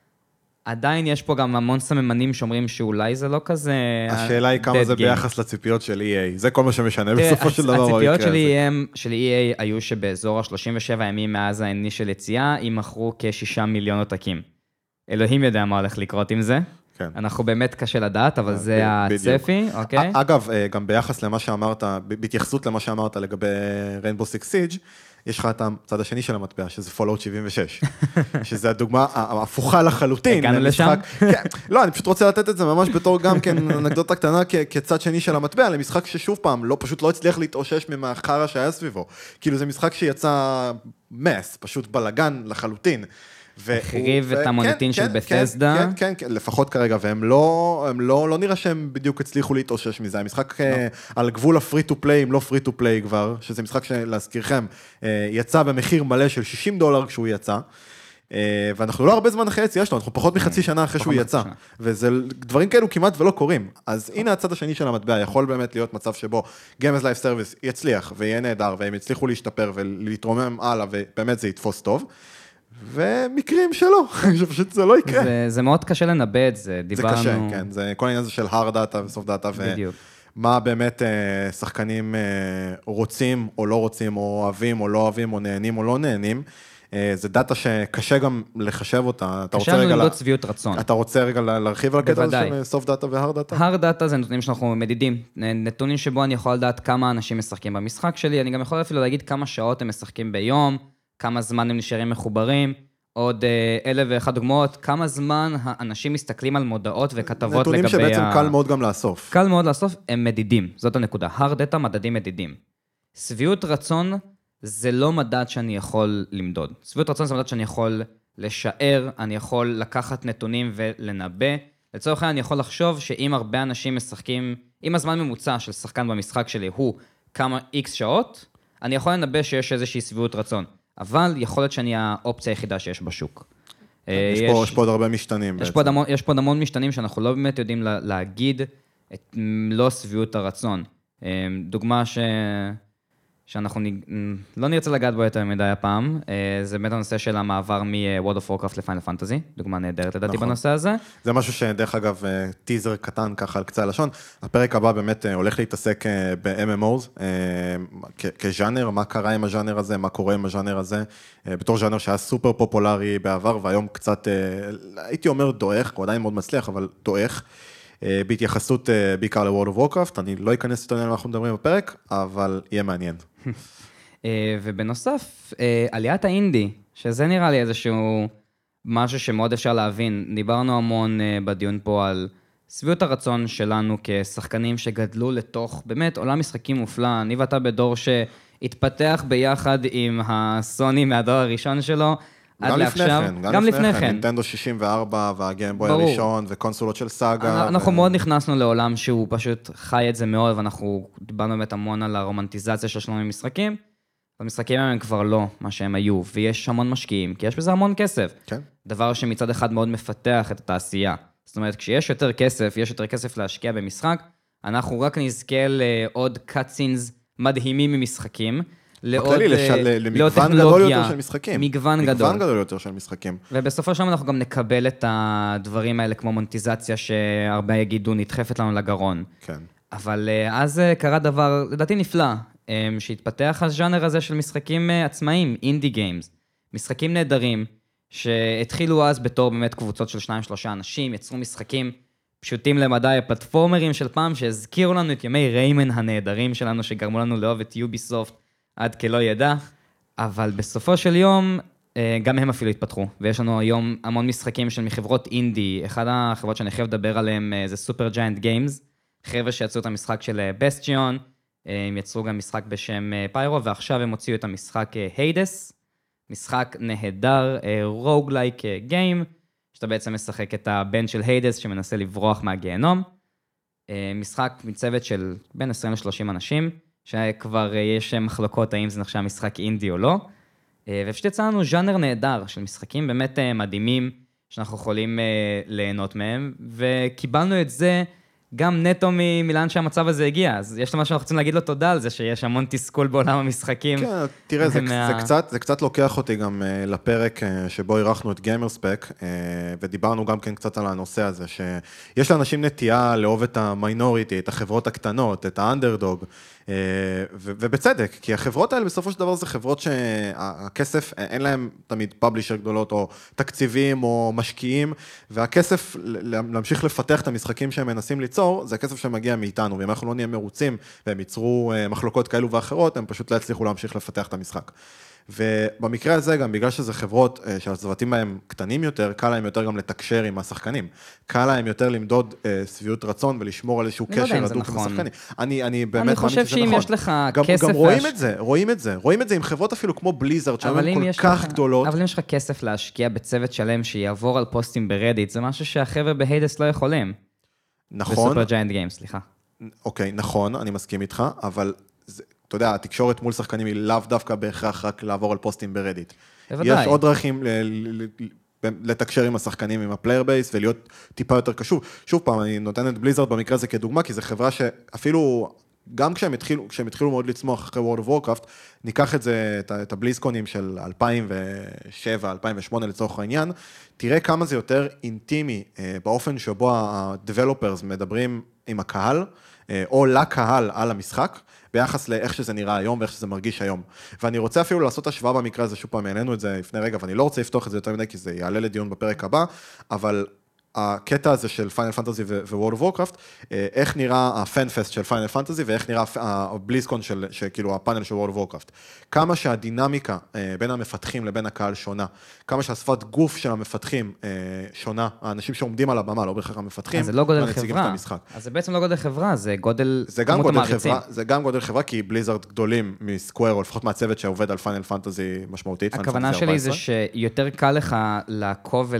S3: עדיין יש פה גם המון סממנים שאומרים שאולי זה לא כזה...
S2: השאלה היא כמה זה ביחס לציפיות של EA, זה כל מה שמשנה בסופו של דבר.
S3: הציפיות של EA היו שבאזור ה-37 ימים מאז העני של יציאה, הם מכרו כ6 מיליון עותקים. אלוהים יודע מה הולך לקרות עם זה. כן. אנחנו באמת קשה לדעת, אבל זה הצפי, אוקיי?
S2: אגב, גם ביחס למה שאמרת, בהתייחסות למה שאמרת לגבי Rainbow Six Siege, יש לך את הצד השני של המטבע, שזה Fallout 76, שזה הדוגמה ההפוכה לחלוטין.
S3: הגענו לשם?
S2: לא, אני פשוט רוצה לתת את זה ממש בתור גם כן אנקדוטה קטנה, כצד שני של המטבע, למשחק ששוב פעם, פשוט לא הצליח להתאושש ממחרה שהיה סביבו. כאילו זה משחק שיצא מס, פשוט בלגן לחלוטין.
S3: החריב את המוניטין של בתסדה.
S2: כן, לפחות כרגע, והם לא נראה שהם בדיוק הצליחו להתאושש מזה. המשחק על גבול הפרי טו פליי, אם לא פרי טו פליי כבר, שזה משחק שלהזכירכם, יצא במחיר מלא של $60 כשהוא יצא, ואנחנו לא הרבה זמן אחרי יציאה שלו, אנחנו פחות מחצי שנה אחרי שהוא יצא, וזה דברים כאלו כמעט ולא קורים. אז הנה הצד השני של המטבע, יכול באמת להיות מצב שבו Games Live Service יצליח ויהיה נהדר, והם יצליחו להשתפר ולהתרומם הלאה, ובאמת זה יתפוס טוב. ומקרים שלא, שפשוט זה לא יקרה.
S3: זה מאוד קשה לנבא את זה, דיברנו...
S2: זה קשה, כן, זה כל העניין הזה של hard data ו-soft data, ומה באמת שחקנים רוצים או לא רוצים, או אוהבים או לא אוהבים, או נהנים או לא נהנים, זה דאטה שקשה גם לחשב אותה.
S3: קשה לנו למדוד צביעות רצון.
S2: אתה רוצה רגע להרחיב על הקטע הזה של soft data ו-hard data?
S3: hard data זה נתונים שאנחנו מדידים, נתונים שבו אני יכול לדעת כמה אנשים משחקים במשחק שלי, אני גם יכול אפילו להגיד כמה שעות הם משחקים ביום, כמה זמן הם נשארים מחוברים, עוד 1,001 דוגמאות, כמה זמן האנשים מסתכלים על מודעות וכתבות לגבי...
S2: נתונים שבעצם קל מאוד גם לאסוף.
S3: קל מאוד לאסוף, הם מדידים, זאת הנקודה. hard data, מדדים מדידים. שביעות רצון זה לא מדד שאני יכול למדוד. שביעות רצון זה מדד שאני יכול לשער, אני יכול לקחת נתונים ולנבא. לצורך העניין אני יכול לחשוב שאם הרבה אנשים משחקים, אם הזמן ממוצע של שחקן במשחק שלי הוא כמה X שעות, אני יכול לנבא שיש איזושהי שביעות רצון. אבל יכול להיות שאני האופציה היחידה שיש בשוק.
S2: יש פה עוד הרבה משתנים בעצם.
S3: יש פה עוד המון משתנים שאנחנו לא באמת יודעים להגיד את מלוא שביעות הרצון. דוגמה שאנחנו לא נרצה לגעת בו יותר מדי הפעם, זה באמת הנושא של המעבר מ-World of Warcraft לפיינל פנטזי, דוגמה נהדרת לדעתי בנושא הזה.
S2: זה משהו שדרך אגב, טיזר קטן ככה על קצה הלשון, הפרק הבא באמת הולך להתעסק ב-MMOs, כז'אנר, מה קרה עם הז'אנר הזה, מה קורה עם הז'אנר הזה, בתור ז'אנר שהיה סופר פופולרי בעבר, והיום קצת, הייתי אומר דועך, הוא עדיין מאוד מצליח, אבל דועך, בהתייחסות בעיקר ל-World of Warcraft, אני לא אכנס איתו, אנחנו מדברים בפרק, אבל יהיה מעניין.
S3: ובנוסף, עליית האינדי, שזה נראה לי איזשהו משהו שמאוד אפשר להבין, דיברנו המון בדיון פה על שביעות הרצון שלנו כשחקנים שגדלו לתוך באמת עולם משחקים מופלא, אני ואתה בדור שהתפתח ביחד עם הסוני מהדור הראשון שלו,
S2: גם לפני כן, נינטנדו 64 והגיימבוי הראשון וקונסולות של סאגה.
S3: אנחנו מאוד נכנסנו לעולם שהוא פשוט חי את זה מאוד, ואנחנו דיברנו באמת המון על הרומנטיזציה של שלנו במשחקים, והמשחקים הם כבר לא מה שהם היו, ויש המון משקיעים, כי יש בזה המון כסף.
S2: כן.
S3: דבר שמצד אחד מאוד מפתח את התעשייה. זאת אומרת, כשיש יותר כסף, יש יותר כסף להשקיע במשחק, אנחנו רק נזכה לעוד cutscenes מדהימים ממשחקים,
S2: בכללי, למגוון גדול יותר של משחקים.
S3: מגוון
S2: גדול יותר של משחקים.
S3: ובסופו של דבר אנחנו גם נקבל את הדברים האלה, כמו מונטיזציה, שהרבה יגידו נדחפת לנו לגרון.
S2: כן.
S3: אבל אז קרה דבר, לדעתי נפלא, שהתפתח הז'אנר הזה של משחקים עצמאיים, אינדי גיימס. משחקים נהדרים, שהתחילו אז בתור באמת קבוצות של 2-3 אנשים, יצרו משחקים פשוטים למדי, פלטפורמרים של פעם, שהזכירו לנו את ימי ריימן הנהדרים שלנו, שגרמו לנו לאהוב את יוביסופט עד כלא ידע, אבל בסופו של יום, גם הם אפילו התפתחו, ויש לנו היום המון משחקים של מחברות אינדי, אחד החברות שאני חייב לדבר עליהם זה סופר ג'יינט גיימס, חבר'ה שיצרו את המשחק של בסטיון, הם יצרו גם משחק בשם פיירו, ועכשיו הם הוציאו את המשחק היידס, משחק נהדר, רוגלייק גיים, שאתה בעצם משחק את הבן של היידס שמנסה לברוח מהגיהנום. משחק מצוות של בין 20 ל-30 אנשים, שכבר יש מחלוקות האם זה נחשב משחק אינדי או לא. ופשוט יצא לנו ז'אנר נהדר של משחקים באמת מדהימים, שאנחנו יכולים ליהנות מהם, וקיבלנו את זה גם נטו מלאן שהמצב הזה הגיע, אז יש לנו משהו שאנחנו רוצים להגיד לו תודה על זה, שיש המון תסכול בעולם המשחקים.
S2: כן, תראה, זה קצת לוקח אותי גם לפרק שבו אירחנו את גיימרספק, ודיברנו גם כן קצת על הנושא הזה, שיש לאנשים נטייה לאהוב את המיינוריטי, את החברות הקטנות, את האנדרדוג, ובצדק, כי החברות האלה בסופו של דבר זה חברות שהכסף, אין להם תמיד פאבלישר גדולות, או תקציבים, או משקיעים, והכסף להמשיך לפתח את המשחקים שהם מנסים ליצור, זה הכסף שמגיע מאיתנו, ואם אנחנו לא נהיה מרוצים, והם ייצרו מחלוקות כאלו ואחרות, הם פשוט לא יצליחו להמשיך לפתח את המשחק. ובמקרה הזה גם, בגלל שזה חברות שהצוותים בהם קטנים יותר, קל להם יותר גם לתקשר עם השחקנים. קל להם יותר למדוד שביעות רצון ולשמור על איזשהו קשר הדוק עם השחקנים. אני באמת מאמין שזה נכון.
S3: אני חושב שאם יש לך כסף...
S2: גם רואים את זה עם חברות אפילו כמו בליזרד, שהן כל כך גדולות.
S3: אבל אם יש לך כסף להשקיע בצוות שלם שיעבור על פוסטים ברדיט, זה משהו שהחבר'ה בהיידס לא יכולים.
S2: נכון.
S3: בסופר ג'יינט גיימס, סליחה.
S2: אוקיי, נכון, אני מסכים איתך, אבל אתה יודע, התקשורת מול שחקנים היא לאו דווקא בהכרח רק לעבור על פוסטים ברדיט.
S3: בוודאי.
S2: יש עוד דרכים לתקשר עם השחקנים, עם הפלייר בייס, ולהיות טיפה יותר קשור. שוב פעם, אני נותן את בליזרד במקרה הזה כדוגמה, כי זו חברה שאפילו, גם כשהם התחילו מאוד לצמוח אחרי World of Warcraft, ניקח את זה, את הבליזקונים של 2007, 2008 לצורך העניין, תראה כמה זה יותר אינטימי, באופן שבו ה-developers מדברים עם הקהל, או לקהל על המשחק, ביחס לאיך שזה נראה היום ואיך שזה מרגיש היום. ואני רוצה אפילו לעשות השוואה במקרה הזה, שוב פעם, העלינו את זה לפני רגע, ואני לא רוצה לפתוח את זה יותר מדי, כי זה יעלה לדיון בפרק הבא, אבל הקטע הזה של פיינל פנטזי ו-World of Warcraft, איך נראה הפן-פסט של פיינל פנטזי, ואיך נראה הבליזקון כאילו הפאנל של World of Warcraft. כמה שהדינמיקה בין המפתחים לבין הקהל שונה, כמה שהשפת גוף של המפתחים שונה, האנשים שעומדים על הבמה, לא בהכרח המפתחים,
S3: אז זה לא גודל חברה. אז זה בעצם לא גודל חברה, זה גודל כמות המעריצים.
S2: זה גם גודל חברה, כי בליזרד גדולים מסקוואר, או לפחות מהצוות שעובד על פיינל פנטזי משמעותית.
S3: הכוונה שלי זה שיותר קל לך לעקוב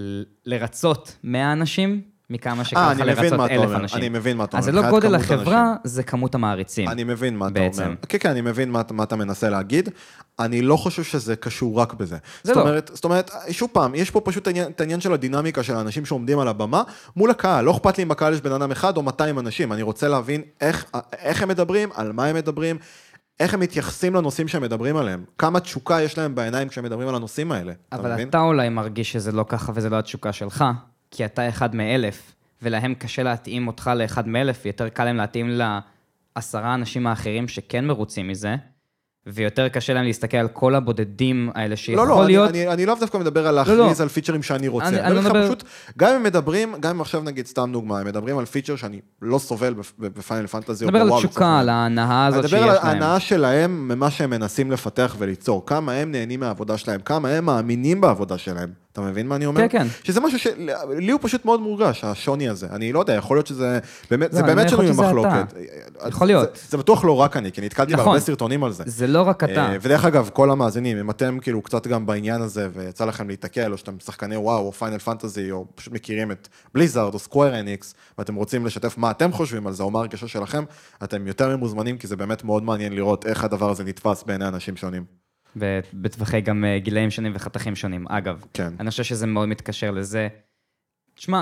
S3: ולרצות 100 אנשים, מכמה שקל לך לרצות 1,000 אנשים.
S2: אני מבין מה אתה אומר.
S3: אז זה לא גודל החברה, זה כמות המעריצים.
S2: אני מבין מה אתה אומר. כן, אני מבין מה אתה מנסה להגיד. אני לא חושב שזה קשור רק בזה. זאת אומרת, שוב פעם, יש פה פשוט את העניין של הדינמיקה של האנשים שעומדים על הבמה, מול הקהל. לא אכפת לי אם בקהל יש בן אדם אחד או 200 אנשים. אני רוצה להבין איך הם מדברים, על מה הם מדברים, איך הם מתייחסים לנושאים שהם מדברים עליהם. כמה תשוקה יש להם בעיניים כשהם מדברים על הנושאים האלה.
S3: אבל אתה אולי מרגיש שזה לא ככה וזה לא התשוקה שלך. כי אתה אחד מ-1,000, ולהם קשה להתאים אותך לאחד מ-1,000, ויותר קל להם להתאים ל10 אנשים האחרים שכן מרוצים מזה, ויותר קשה להם להסתכל על כל הבודדים האלה שיכול להיות...
S2: לא, אני לא דווקא מדבר על להכריז על פיצ'רים שאני רוצה. אני לא מדבר... פשוט, גם אם מדברים, גם אם עכשיו נגיד סתם דוגמה, הם מדברים על פיצ'ר שאני לא סובל בפיינל פנטזי.
S3: אני מדבר על התשוקה, על ההנאה הזאת שיש להם.
S2: אני מדבר על ההנאה שלהם, ממה שהם מנסים לפתח וליצור. כמה הם נהנים מהעבודה שלהם, כמה הם מאמינים בעבודה שלהם. אתה מבין מה אני אומר?
S3: כן, כן.
S2: שזה משהו שלי הוא פשוט מאוד מורגש, השוני הזה. אני לא יודע, יכול להיות שזה באמת שינוי במחלוקת.
S3: יכול להיות.
S2: זה בטוח לא רק אני, כי נתקלתי בהרבה סרטונים על זה.
S3: זה לא רק אתה.
S2: ודרך אגב, כל המאזינים, אם אתם כאילו קצת גם בעניין הזה, ויצא לכם להתקל, או שאתם שחקני וואו, או פיינל פנטזי, או פשוט מכירים את בליזארד, או סקוואר אניקס, ואתם רוצים לשתף מה אתם חושבים על זה, או מה הרגשה שלכם, אתם יותר ממוזמנים, כי זה באמת מאוד מעניין לראות איך הדבר הזה נתפס בעיני אנשים שונים.
S3: ובטווחי גם גילאים שונים וחתכים שונים. אגב,
S2: כן.
S3: אני חושב שזה מאוד מתקשר לזה. תשמע,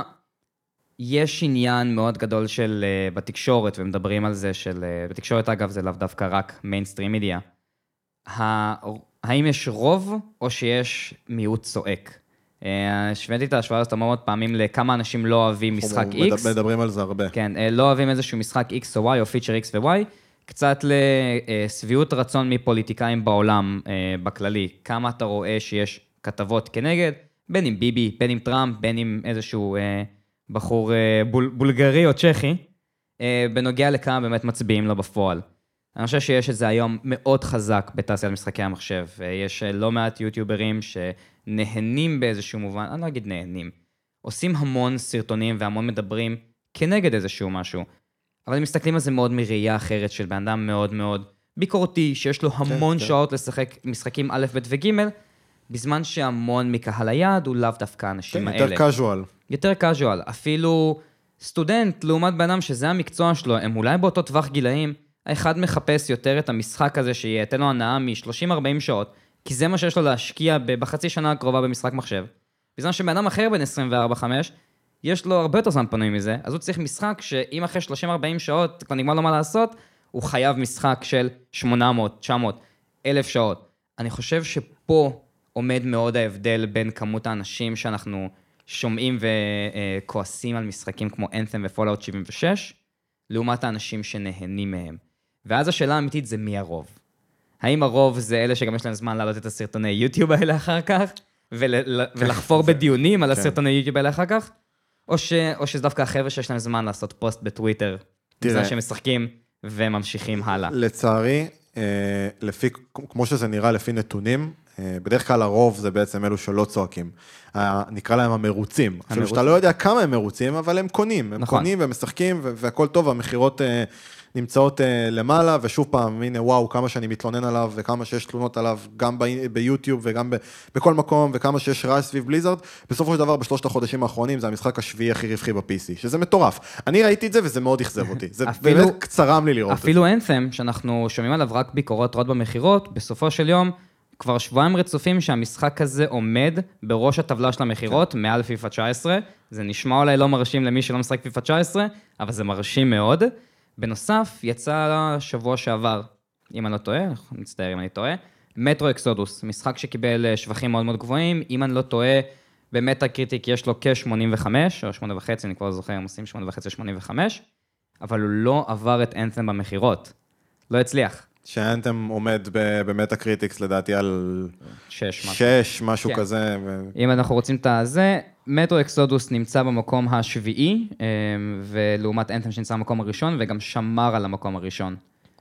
S3: יש עניין מאוד גדול של בתקשורת, ומדברים על זה בתקשורת אגב זה לאו דווקא רק מיינסטרים מדיה, האם יש רוב או שיש מיעוט צועק? השוויתי את ההשוואה הזאת מאוד פעמים לכמה אנשים לא אוהבים משחק X.
S2: מדברים על זה הרבה.
S3: כן, לא אוהבים איזשהו משחק X או Y או פיצ'ר X ו-Y, קצת לסביעות רצון מפוליטיקאים בעולם בכללי. כמה אתה רואה שיש כתבות כנגד, בין עם ביבי, בין עם טראמפ, בין עם איזשהו בחור בולגרי או צ'כי, בנוגע לכמה באמת מצביעים לו בפועל. אני חושב שיש את זה היום מאוד חזק בתעשיית משחקי המחשב. יש לא מעט יוטיוברים שנהנים באיזשהו מובן, אני לא אגיד נהנים, עושים המון סרטונים והמון מדברים כנגד איזשהו משהו. אבל הם מסתכלים על זה מאוד מראייה אחרת של בן אדם מאוד מאוד ביקורתי, שיש לו המון שעות לשחק משחקים א', ב' וג', בזמן שהמון מקהל היעד הוא לאו דווקא האנשים האלה.
S2: יותר קאז'ואל.
S3: יותר קאז'ואל. אפילו סטודנט, לעומת בן אדם שזה המקצוע שלו, הם אולי באותו טווח גילאים, האחד מחפש יותר את המשחק הזה שיתן לו הנאה מ-30-40 שעות, כי זה מה שיש לו להשקיע בחצי שנה הקרובה במשחק מחשב. בזמן שבן אדם אחר בין 24-5, יש לו הרבה יותר זמן פנוי מזה, אז הוא צריך משחק שאם אחרי 30-40 שעות כבר נגמר לו מה לעשות, הוא חייב משחק של 800, 900, 1,000 שעות. אני חושב שפה עומד מאוד ההבדל בין כמות האנשים שאנחנו שומעים וכועסים על משחקים כמו Anthem ו-Fallout 76, לעומת האנשים שנהנים מהם. ואז השאלה האמיתית זה מי הרוב. האם הרוב זה אלה שגם יש להם זמן להעלות את הסרטוני יוטיוב האלה אחר כך, ולחפור בדיונים על הסרטוני יוטיוב האלה אחר כך, או שזה דווקא החבר'ה שיש להם זמן לעשות פוסט בטוויטר, בזמן שהם משחקים וממשיכים הלאה.
S2: לצערי, כמו שזה נראה לפי נתונים, בדרך כלל הרוב זה בעצם אלו שלא צועקים. נקרא להם המרוצים. אפילו שאתה לא יודע כמה הם מרוצים, אבל הם קונים. הם קונים ומשחקים והכל טוב, והמחירות נמצאות למעלה, ושוב פעם, הנה וואו, כמה שאני מתלונן עליו, וכמה שיש תלונות עליו, גם ביוטיוב וגם בכל מקום, וכמה שיש רעש סביב בליזרד, בסופו של דבר, בשלושת החודשים האחרונים, זה המשחק השביעי הכי רווחי ב-PC, שזה מטורף. אני ראיתי את זה, וזה מאוד אכזב אותי. זה באמת קצרם לי לראות את זה.
S3: אפילו Anthem, שאנחנו שומעים עליו רק ביקורות רעות במחירות, בסופו של יום, כבר שבועיים רצופים שהמשחק הזה עומד בראש הטבלה של המחירות, מעל פיפה 19. זה נשמע אולי לא מרשים למי שלא משחק פיפה 19, אבל זה מרשים מאוד. בנוסף, יצא שבוע שעבר, אם אני לא טועה, נצטער אם אני טועה, מטרו אקסודוס, משחק שקיבל שבחים מאוד מאוד גבוהים, אם אני לא טועה, במטה קריטיק יש לו כ-85, או 8.5, אני כבר זוכר, הם עושים 8.5 או 85, אבל הוא לא עבר את Anthem במחירות. לא הצליח.
S2: שאנתם עומד במטה קריטיקס, לדעתי על 6, משהו כזה.
S3: אם אנחנו רוצים את זה, מטרו אקסודוס נמצא במקום השביעי, ולעומת Anthem שנמצא במקום הראשון, וגם שמר על המקום הראשון.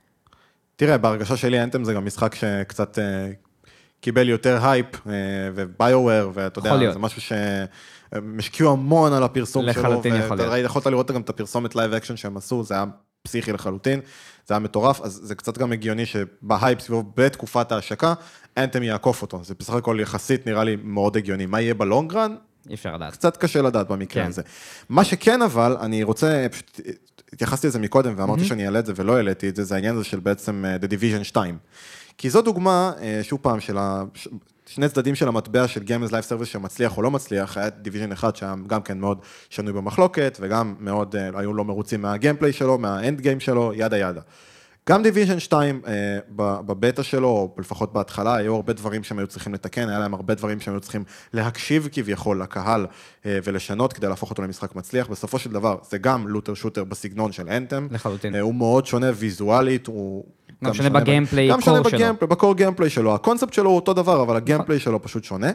S2: תראה, בהרגשה שלי Anthem זה גם משחק שקצת קיבל יותר הייפ, וביואר, ואתה יודע, זה משהו שמשקיעו המון על הפרסום שלו.
S3: לחלוטין יכול להיות.
S2: יכולת לראות גם את הפרסומת לייב אקשן שהם עשו, זה היה פסיכי לחלוטין, זה היה מטורף, אז זה קצת גם הגיוני שבהייפ סביבו בתקופת ההשקה, Anthem יעקוף אותו, זה בסך הכל יחסית נראה לי מאוד הגיוני. מה יהיה בלונגרן?
S3: אי אפשר לדעת.
S2: קצת קשה לדעת במקרה הזה. מה שכן אבל, אני רוצה, פשוט התייחסתי לזה מקודם, ואמרתי שאני אעלה את זה ולא העליתי את זה, זה העניין הזה של בעצם The Division 2. כי זו דוגמה, שוב פעם, של שני צדדים של המטבע של Games Live Service שמצליח או לא מצליח, היה Division 1 שהיה גם כן מאוד שנוי במחלוקת, וגם מאוד היו לא מרוצים מהגיימפליי שלו, מהאנד גיים שלו, ידה ידה. גם Division 2 בבטא שלו, או לפחות בהתחלה, היו הרבה דברים שהם היו צריכים לתקן, היה להם הרבה דברים שהם היו צריכים להקשיב כביכול לקהל ולשנות כדי להפוך אותו למשחק מצליח. בסופו של דבר, זה גם לוטר שוטר בסגנון של Anthem.
S3: לחלוטין.
S2: הוא מאוד שונה ויזואלית, הוא
S3: גם שונה בגיימפליי קור שלו.
S2: גם שונה בקור גיימפליי שלו. הקונספט שלו הוא אותו דבר, אבל הגיימפליי שלו פשוט שונה.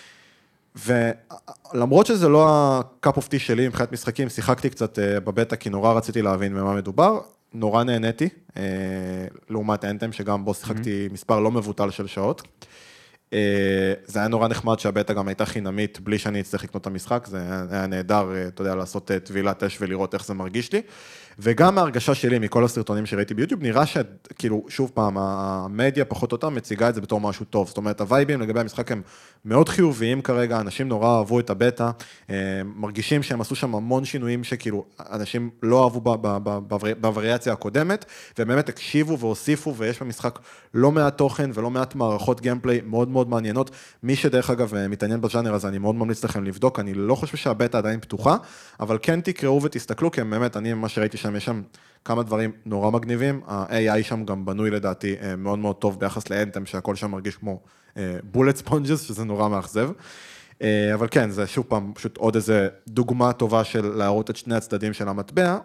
S2: ולמרות שזה לא הקאפ אוף טי שלי מבחינת משחקים, שיחקתי קצת בבטא, כי נורא רציתי להבין ממה מדובר. נורא נהניתי, לעומת Anthem, שגם בו שיחקתי מספר לא מבוטל של שעות. זה היה נורא נחמד שהבטא גם הייתה חינמית, בלי שאני אצטרך לקנות את המשחק, זה היה נהדר, אתה יודע, לעשות טבילת אש ולראות איך זה מרגיש לי. וגם ההרגשה שלי מכל הסרטונים שראיתי ביוטיוב, נראה שכאילו, שוב פעם, המדיה פחות אותה מציגה את זה בתור משהו טוב. זאת אומרת, הווייבים לגבי המשחק הם מאוד חיוביים כרגע, אנשים נורא אהבו את הבטא, מרגישים שהם עשו שם המון שינויים שכאילו, אנשים לא אהבו בווריאציה הקודמת, ובאמת הקשיבו והוסיפו, ויש במשחק לא מעט תוכן ולא מעט מערכות גיימפליי מאוד מאוד מעניינות. מי שדרך אגב מתעניין בז'אנר הזה, אני מאוד ממליץ לכם לבדוק, אני לא חושב שהבטא עדיין פתוחה, אבל כן תקראו ותסתכלו, כי באמת, אני מה שראיתי שם, יש שם כמה דברים נורא מגניבים, ה-AI שם גם בנוי לדעתי מאוד מאוד טוב ביחס לאנתם, שהכל שם מרגיש כמו בולט ספונג'ס, שזה נורא מאכזב. אבל כן, זה שוב פעם פשוט עוד איזה דוגמה טובה של להראות את שני הצדדים של המטבע,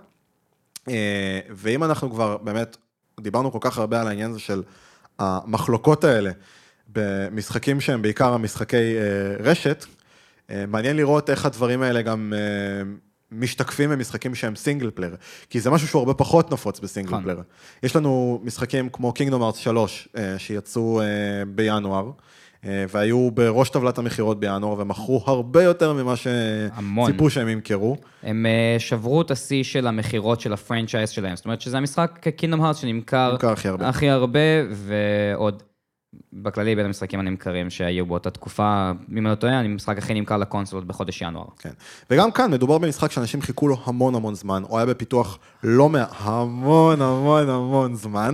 S2: ואם אנחנו כבר באמת, דיברנו כל כך הרבה על העניין הזה של המחלוקות האלה, במשחקים שהם בעיקר המשחקי רשת, מעניין לראות איך הדברים האלה גם משתקפים במשחקים שהם סינגל פלייר, כי זה משהו שהוא הרבה פחות נפוץ בסינגל פלייר. יש לנו משחקים כמו Kingdom Hearts 3, שיצאו בינואר, והיו בראש טבלת המחירות בינואר, ומכרו הרבה יותר ממה שציפו שהם ימכרו.
S3: הם שברו את השיא של המחירות של הפרנצ'ייז שלהם, זאת אומרת שזה המשחק Kingdom Hearts שנמכר הכי הרבה, ועוד בכללי בין המשחקים הנמכרים שהיו באותה תקופה, אם אני לא טועה, המשחק הכי נמכר לקונסולות בחודש ינואר.
S2: כן, וגם כאן מדובר במשחק שאנשים חיכו לו המון המון זמן, הוא היה בפיתוח לא המון המון המון זמן,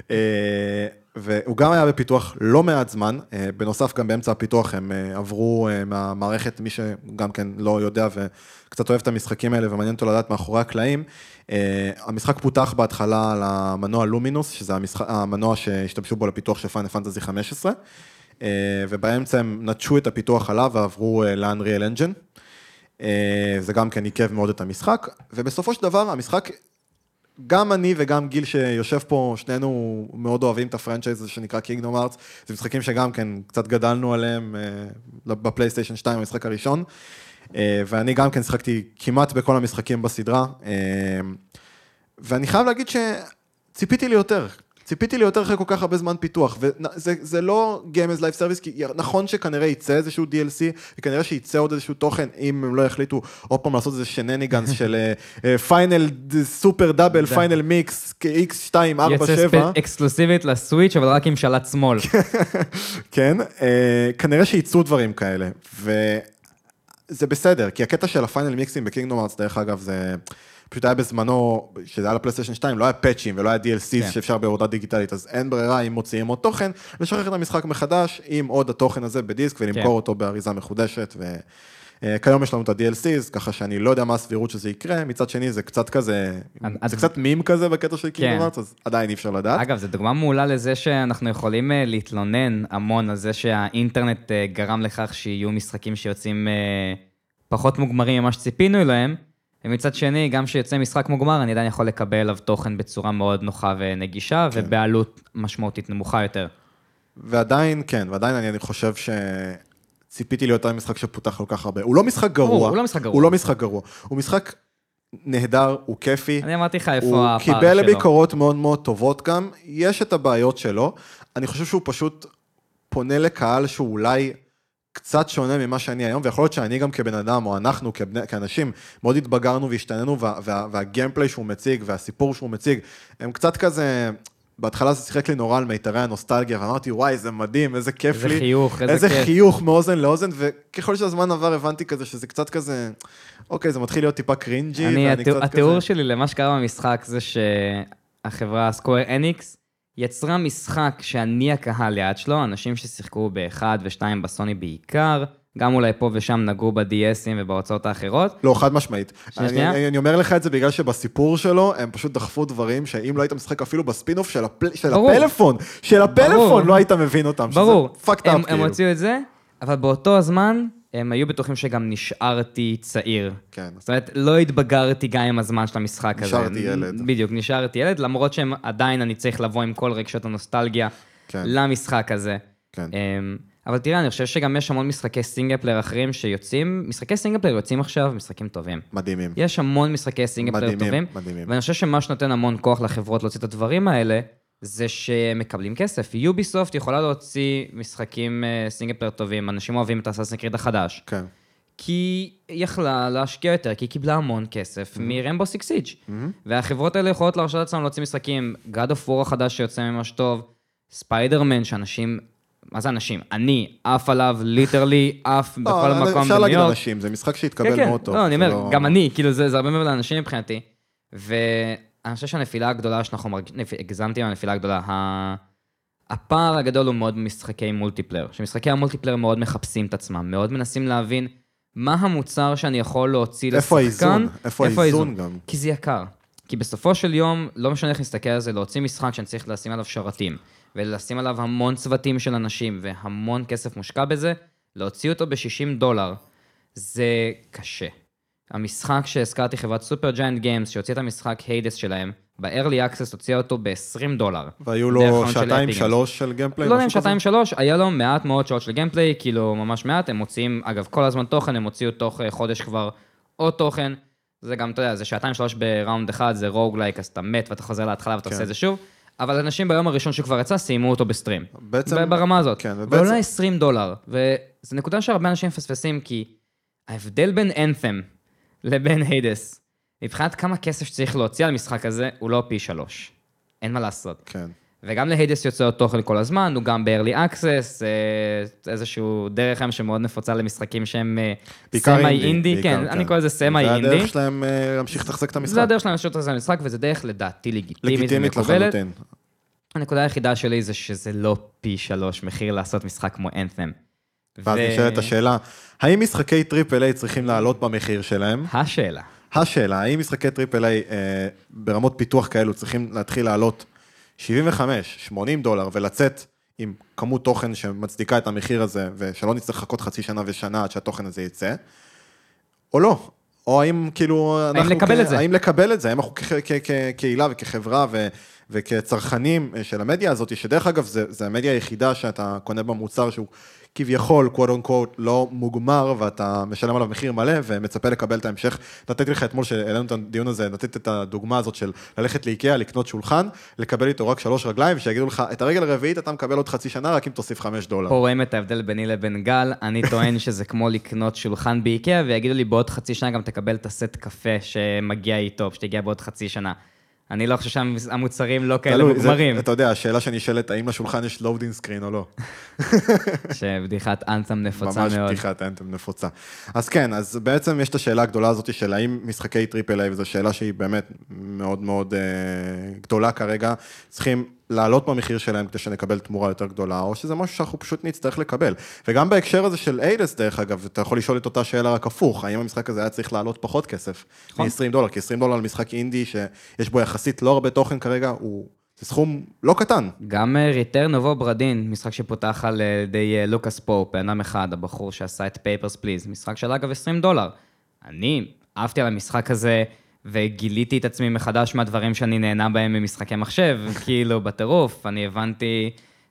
S2: והוא גם היה בפיתוח לא מעט זמן, בנוסף גם באמצע הפיתוח הם עברו מהמערכת, מי שגם כן לא יודע וקצת אוהב את המשחקים האלה ומעניין אותו לדעת מאחורי הקלעים, המשחק פותח בהתחלה על המנוע לומינוס, שזה המנוע שהשתמשו בו לפיתוח של פיינל פנטזי 15, ובאמצע הם נטשו את הפיתוח עליו ועברו לאנריאל אנג'ן, זה גם כן עיכב מאוד את המשחק, ובסופו של דבר המשחק, גם אני וגם גיל שיושב פה, שנינו מאוד אוהבים את הפרנצ'ייז הזה שנקרא Kingdom Hearts, זה משחקים שגם כן קצת גדלנו עליהם בפלייסטיישן 2, המשחק הראשון, ואני גם כן שחקתי כמעט בכל המשחקים בסדרה, ואני חייב להגיד שציפיתי לי יותר, אחרי כל כך הרבה זמן פיתוח, וזה לא Game as Live Service, כי נכון שכנראה יצא איזשהו DLC, וכנראה שיצא עוד איזשהו תוכן, אם הם לא יחליטו עוד פעם לעשות איזה שנניגנס של פיינל סופר דאבל, פיינל מיקס, X247.
S3: יצא אקסקלוסיבית לסוויץ', אבל רק עם שלט שמאל.
S2: כן, כנראה שיצאו דברים כאלה, וזה בסדר, כי הקטע של הפיינל מיקסים בקינגדום הארטס, דרך אגב, זה פשוט היה בזמנו, שזה היה לפלייסטיישן 2, לא היה פאצ'ים ולא היה DLCs שאפשר בהורדה דיגיטלית, אז אין ברירה אם מוציאים עוד תוכן, לשחרר את המשחק מחדש עם עוד התוכן הזה בדיסק ולמכור אותו באריזה מחודשת, וכיום יש לנו את ה-DLCs, ככה שאני לא יודע מה הסבירות שזה יקרה, מצד שני זה קצת כזה, זה קצת מים כזה בקטע של קינגדום הארטס, אז עדיין אי אפשר לדעת.
S3: אגב, זו דוגמה מעולה לזה שאנחנו יכולים להתלונן המון על זה שהאינטרנט גרם לכך שיהיו משחקים שיוצאים פחות מוגמרים ממה שציפינו אליהם, ומצד שני, גם שיוצא משחק מוגמר, אני עדיין יכול לקבל עליו תוכן בצורה מאוד נוחה ונגישה, כן. ובעלות משמעותית נמוכה יותר.
S2: ועדיין, כן, ועדיין אני חושב שציפיתי להיות משחק שפותח כל כך הרבה. הוא לא משחק גרוע. הוא לא משחק גרוע. הוא משחק נהדר, הוא כיפי.
S3: אני אמרתי לך איפה הפער שלו.
S2: הוא קיבל לביקורות מאוד מאוד טובות גם. יש את הבעיות שלו. אני חושב שהוא פשוט פונה לקהל שהוא אולי קצת שונה ממה שאני היום, ויכול להיות שאני גם כבן אדם, או אנחנו כאנשים, מאוד התבגרנו והשתננו, והגיימפליי שהוא מציג, והסיפור שהוא מציג, הם קצת כזה, בהתחלה זה שיחק לי נורא על מיתרי הנוסטלגיה, ואמרתי, וואי, זה מדהים, איזה כיף לי.
S3: איזה חיוך,
S2: איזה חיוך מאוזן לאוזן, וככל שהזמן עבר הבנתי כזה, שזה קצת כזה, אוקיי, זה מתחיל להיות טיפה קרינג'י,
S3: התיאור שלי למה שקרה במשחק זה שהחברה סקוואר אניקס יצרה משחק שאני הקהל ליד שלו, אנשים ששיחקו ב1 ו2 בסוני בעיקר, גם אולי פה ושם נגעו ב-DSים ובהוצאות האחרות.
S2: לא, חד משמעית. אני אומר לך את זה בגלל שבסיפור שלו, הם פשוט דחפו דברים שאם לא היית משחק אפילו בספינוף של הפלאפון, לא היית מבין אותם.
S3: ברור. הם הוציאו את זה, אבל באותו הזמן, הם היו בטוחים שגם נשארתי צעיר.
S2: כן.
S3: זאת אומרת, לא התבגרתי גם עם הזמן של המשחק הזה.
S2: נשארתי ילד.
S3: בדיוק, נשארתי ילד, למרות שהם עדיין אני צריך לבוא עם כל רגשות הנוסטלגיה למשחק הזה.
S2: כן.
S3: אבל תראה, אני חושב שגם יש המון משחקי סינגלפלייר אחרים שיוצאים, משחקי סינגלפלייר יוצאים עכשיו, משחקים טובים.
S2: מדהימים.
S3: יש המון משחקי סינגלפלייר טובים.
S2: מדהימים.
S3: ואני חושב שמה שנותן המון כוח לחברות להוציא את הדברים האלה, זה שמקבלים כסף. יוביסופט יכולה להוציא משחקים סינגלפלייר טובים, אנשים אוהבים את אסאסינס קריד החדש.
S2: כן.
S3: כי היא יכלה להשקיע יותר, כי היא קיבלה המון כסף מרמבו סיקס סיג'. והחברות האלה יכולות להרשות לעצמם להוציא משחקים, God of War החדש שיוצא ממש טוב, ספיידרמן שאנשים, מה זה אנשים? אני עף עליו, ליטרלי, עף בכל מקום.
S2: אפשר להגיד אנשים, זה משחק שהתקבל מאוד טוב.
S3: לא, אני אומר, גם אני, כאילו זה הרבה מאוד לאנשים מבחינתי. ואני חושב שהנפילה הגדולה שאנחנו הגזמתי מהנפילה הגדולה, הפער הגדול הוא מאוד במשחקי מולטיפלר, שמשחקי המולטיפלר מאוד מחפשים את עצמם, מאוד מנסים להבין מה המוצר שאני יכול להוציא לשחקן.
S2: איפה האיזון גם?
S3: כי זה יקר. כי בסופו של יום, לא משנה איך נסתכל על זה, להוציא משחק שאני צריך לשים עליו שרתים, ולשים עליו המון צוותים של אנשים, והמון כסף מושקע בזה, להוציא אותו ב$60, זה קשה. המשחק שהזכרתי, חברת סופר ג'יינט גיימס, שהוציא את המשחק היידס שלהם, ב-early access הוציאה אותו $20.
S2: והיו לו שעתיים-שלוש של גיימפליי?
S3: לא יודע אם שעתיים-שלוש, היה לו מעט מאוד שעות של גיימפליי, כאילו ממש מעט, הם מוציאים, אגב, כל הזמן תוכן, הם הוציאו תוך חודש כבר עוד תוכן, זה גם, אתה יודע, זה שעתיים-שלוש בראונד אחד, זה רוגלייק, אז אתה מת ואתה חוזר להתחלה ואתה עושה את זה שוב, אבל אנשים ביום הראשון שכבר יצא, סיימו אותו בסטרים. בעצם... ברמה הזאת.
S2: כן,
S3: ועולה $20. וזו נקודה שהרבה אנשים מפספסים, כי ההבדל בין Anthem לבין היידס, מבחינת כמה כסף שצריך להוציא על המשחק הזה, הוא לא פי 3. אין מה לעשות.
S2: כן.
S3: וגם להיידס יוצא עוד תוכן כל הזמן, הוא גם ב-early access, איזשהו דרך היום שמאוד נפוצה למשחקים שהם סמי-אינדי, כן, אני קורא לזה סמי-אינדי.
S2: זה הדרך שלהם להמשיך לתחזק את המשחק.
S3: זה הדרך שלהם להמשיך לתחזק את המשחק, וזה דרך לדעתי לגיטימית ומקובלת. הנקודה היחידה שלי זה שזה לא פי 3 מחיר לעשות משחק כמו Anthem.
S2: ואז נשאלת השאלה, האם משחקי טריפל איי צריכים לעלות במחיר שלהם? השאלה, האם משחקי טריפל איי ברמות פיתוח כאלו צריכים להתחיל לעלות $75, $80 ולצאת עם כמות תוכן שמצדיקה את המחיר הזה, ושלא נצטרך לחכות חצי שנה ושנה עד שהתוכן הזה יצא, או לא? או האם כאילו...
S3: האם לקבל את זה?
S2: האם לקבל את זה? האם אנחנו כקהילה וכחברה וכצרכנים של המדיה הזאת, שדרך אגב זה המדיה היחידה שאתה קונה במוצר שהוא כביכול, quote unquote, לא מוגמר, ואתה משלם עליו מחיר מלא, ומצפה לקבל את ההמשך. נתתי לך אתמול שהעלינו את הדיון הזה, נתתי את הדוגמה הזאת של ללכת לאיקאה, לקנות שולחן, לקבל איתו רק 3 רגליים, ושיגידו לך, את הרגל הרביעית אתה מקבל עוד חצי שנה, רק אם תוסיף $5.
S3: פה רואים את ההבדל ביני לבין גל, אני טוען שזה כמו לקנות שולחן באיקאה, ויגידו לי בעוד חצי שנה גם תקבל את הסט קפה שמגיע איתו, שתגיע בעוד חצי שנה. אני לא חושב שהמוצרים לא כאלה מוגמרים.
S2: אתה יודע, השאלה שנשאלת, האם לשולחן יש לואודינג סקרין או לא?
S3: שבדיחת אנתם נפוצה מאוד.
S2: ממש בדיחת אנתם נפוצה. אז כן, אז בעצם יש את השאלה הגדולה הזאת של האם משחקי טריפל איי, וזו שאלה שהיא באמת מאוד מאוד גדולה כרגע, צריכים לעלות במחיר שלהם כדי שנקבל תמורה יותר גדולה, או שזה משהו שאנחנו פשוט נצטרך לקבל. וגם בהקשר הזה של איידס, דרך אגב, אתה יכול לשאול את אותה שאלה רק הפוך, האם המשחק הזה היה צריך לעלות פחות כסף מ$20, כי $20 על משחק אינדי שיש בו יחסית לא הרבה תוכן כרגע, זה סכום לא קטן.
S3: גם Return of Obra Dinn, משחק שפותח על ידי לוקאס פופ, בן אחד, הבחור שעשה את Papers, Please, משחק של אגב $20. אני אהבתי על המשחק הזה, וגיליתי את עצמי מחדש מהדברים שאני נהנה בהם ממשחקי מחשב, כאילו בטירוף, אני הבנתי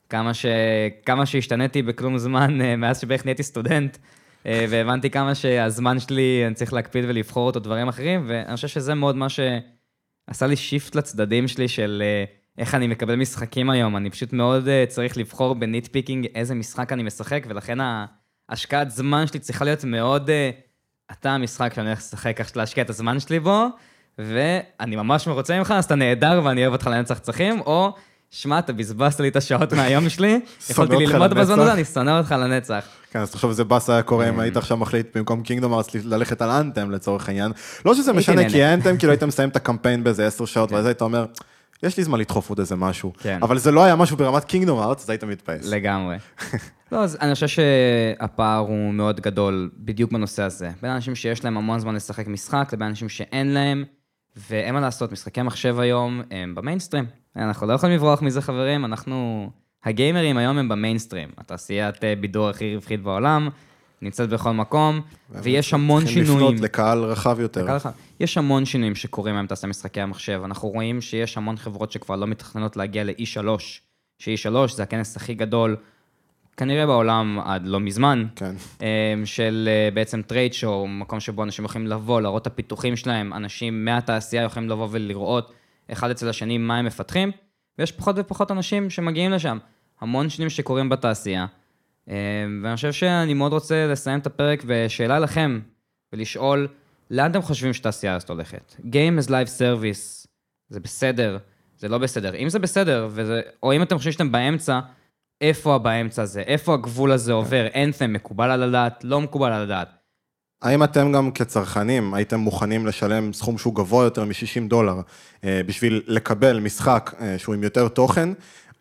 S3: כמה שהשתניתי בכלום זמן, מאז שבערך נהייתי סטודנט, והבנתי כמה שהזמן שלי, אני צריך להקפיד ולבחור אותו דברים אחרים, ואני חושב שזה מאוד מה שעשה לי שיפט לצדדים שלי של איך אני מקבל משחקים היום, אני פשוט מאוד צריך לבחור בניטפיקינג איזה משחק אני משחק, ולכן ההשקעת זמן שלי צריכה להיות מאוד... אתה המשחק שאני הולך לשחק, כך להשקיע את הזמן שלי בו, ואני ממש מרוצה ממך, אז אתה נהדר ואני אוהב אותך לנצח צריכים, או, שמע, אתה בזבזת לי את השעות מהיום שלי, יכולתי ללמוד בזמן הזה, אני שונא אותך לנצח.
S2: כן, אז תחשוב, איזה באס היה קורה אם היית עכשיו מחליט במקום קינגדום ארץ ללכת על אנתם לצורך העניין. לא שזה משנה, כי אנתם כאילו היית מסיים את הקמפיין באיזה 10 שעות, ואז היית אומר, יש לי זמן לדחוף עוד איזה משהו. אבל זה לא היה משהו ברמת קינגדום ארץ, אז היית מתפעס.
S3: לגמרי. לא, אז אני חושב שהפער הוא מאוד גדול בדיוק בנושא הזה. בין אנשים שיש להם המון זמן לשחק משחק, לבין אנשים שאין להם, ואין מה לעשות, משחקי מחשב היום הם במיינסטרים. אנחנו לא יכולים לברוח מזה, חברים, הגיימרים היום הם במיינסטרים. התעשיית בידור הכי רווחית בעולם, נמצאת בכל מקום, ויש המון שינויים.
S2: צריכים לפנות לקהל רחב יותר.
S3: יש המון שינויים שקורים היום תעשיית משחקי המחשב. אנחנו רואים שיש המון חברות שכבר לא מתכננות להגיע ל-E3, ש-E3 זה הכנס הכי גדול, כנראה בעולם עד לא מזמן,
S2: כן.
S3: של בעצם טרייד שואו, מקום שבו אנשים יכולים לבוא, להראות את הפיתוחים שלהם, אנשים מהתעשייה יכולים לבוא ולראות אחד אצל השני מה הם מפתחים, ויש פחות ופחות אנשים שמגיעים לשם. המון שינויים שקורים בתעשייה, ואני חושב שאני מאוד רוצה לסיים את הפרק בשאלה לכם, ולשאול, לאן אתם חושבים שתעשייה הזאת הולכת? Game as Live Service, זה בסדר, זה לא בסדר. אם זה בסדר, או אם אתם חושבים שאתם באמצע, איפה באמצע הזה? איפה הגבול הזה עובר? Anthem מקובל על הדעת? לא מקובל על הדעת?
S2: האם אתם גם כצרכנים הייתם מוכנים לשלם סכום שהוא גבוה יותר $60 בשביל לקבל משחק שהוא עם יותר תוכן,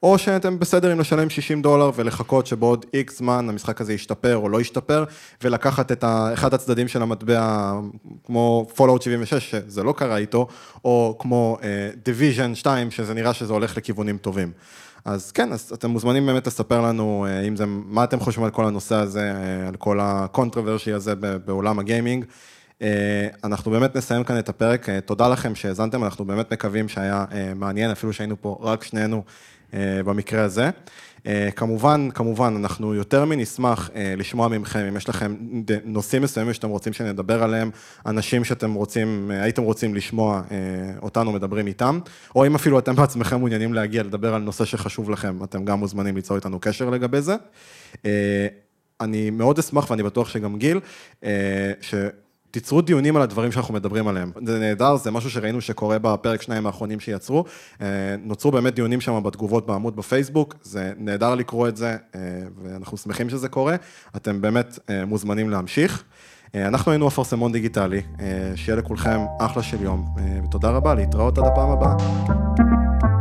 S2: או שאתם בסדר עם לשלם $60 ולחכות שבעוד X זמן המשחק הזה ישתפר או לא ישתפר, ולקחת את אחד הצדדים של המטבע, כמו Fallout 76, שזה לא קרה איתו, או כמו Division 2, שזה נראה שזה הולך לכיוונים טובים. אז כן, אז אתם מוזמנים באמת לספר לנו אם זה, מה אתם חושבים על כל הנושא הזה, על כל הקונטרוברשי הזה בעולם הגיימינג. אנחנו באמת נסיים כאן את הפרק, תודה לכם שהאזנתם, אנחנו באמת מקווים שהיה מעניין, אפילו שהיינו פה רק שנינו במקרה הזה. כמובן, אנחנו יותר מנשמח לשמוע ממכם, אם יש לכם נושאים מסוימים שאתם רוצים שנדבר עליהם, אנשים הייתם רוצים לשמוע אותנו מדברים איתם, או אם אפילו אתם בעצמכם מעוניינים להגיע לדבר על נושא שחשוב לכם, אתם גם מוזמנים ליצור איתנו קשר לגבי זה. אני מאוד אשמח, ואני בטוח שגם גיל, תיצרו דיונים על הדברים שאנחנו מדברים עליהם. זה נהדר, זה משהו שראינו שקורה בפרק 2 האחרונים שיצרו. נוצרו באמת דיונים שם בתגובות בעמוד בפייסבוק, זה נהדר לקרוא את זה, ואנחנו שמחים שזה קורה. אתם באמת מוזמנים להמשיך. אנחנו היינו אפרסמון דיגיטלי, שיהיה לכולכם אחלה של יום, ותודה רבה, להתראות עד הפעם הבאה.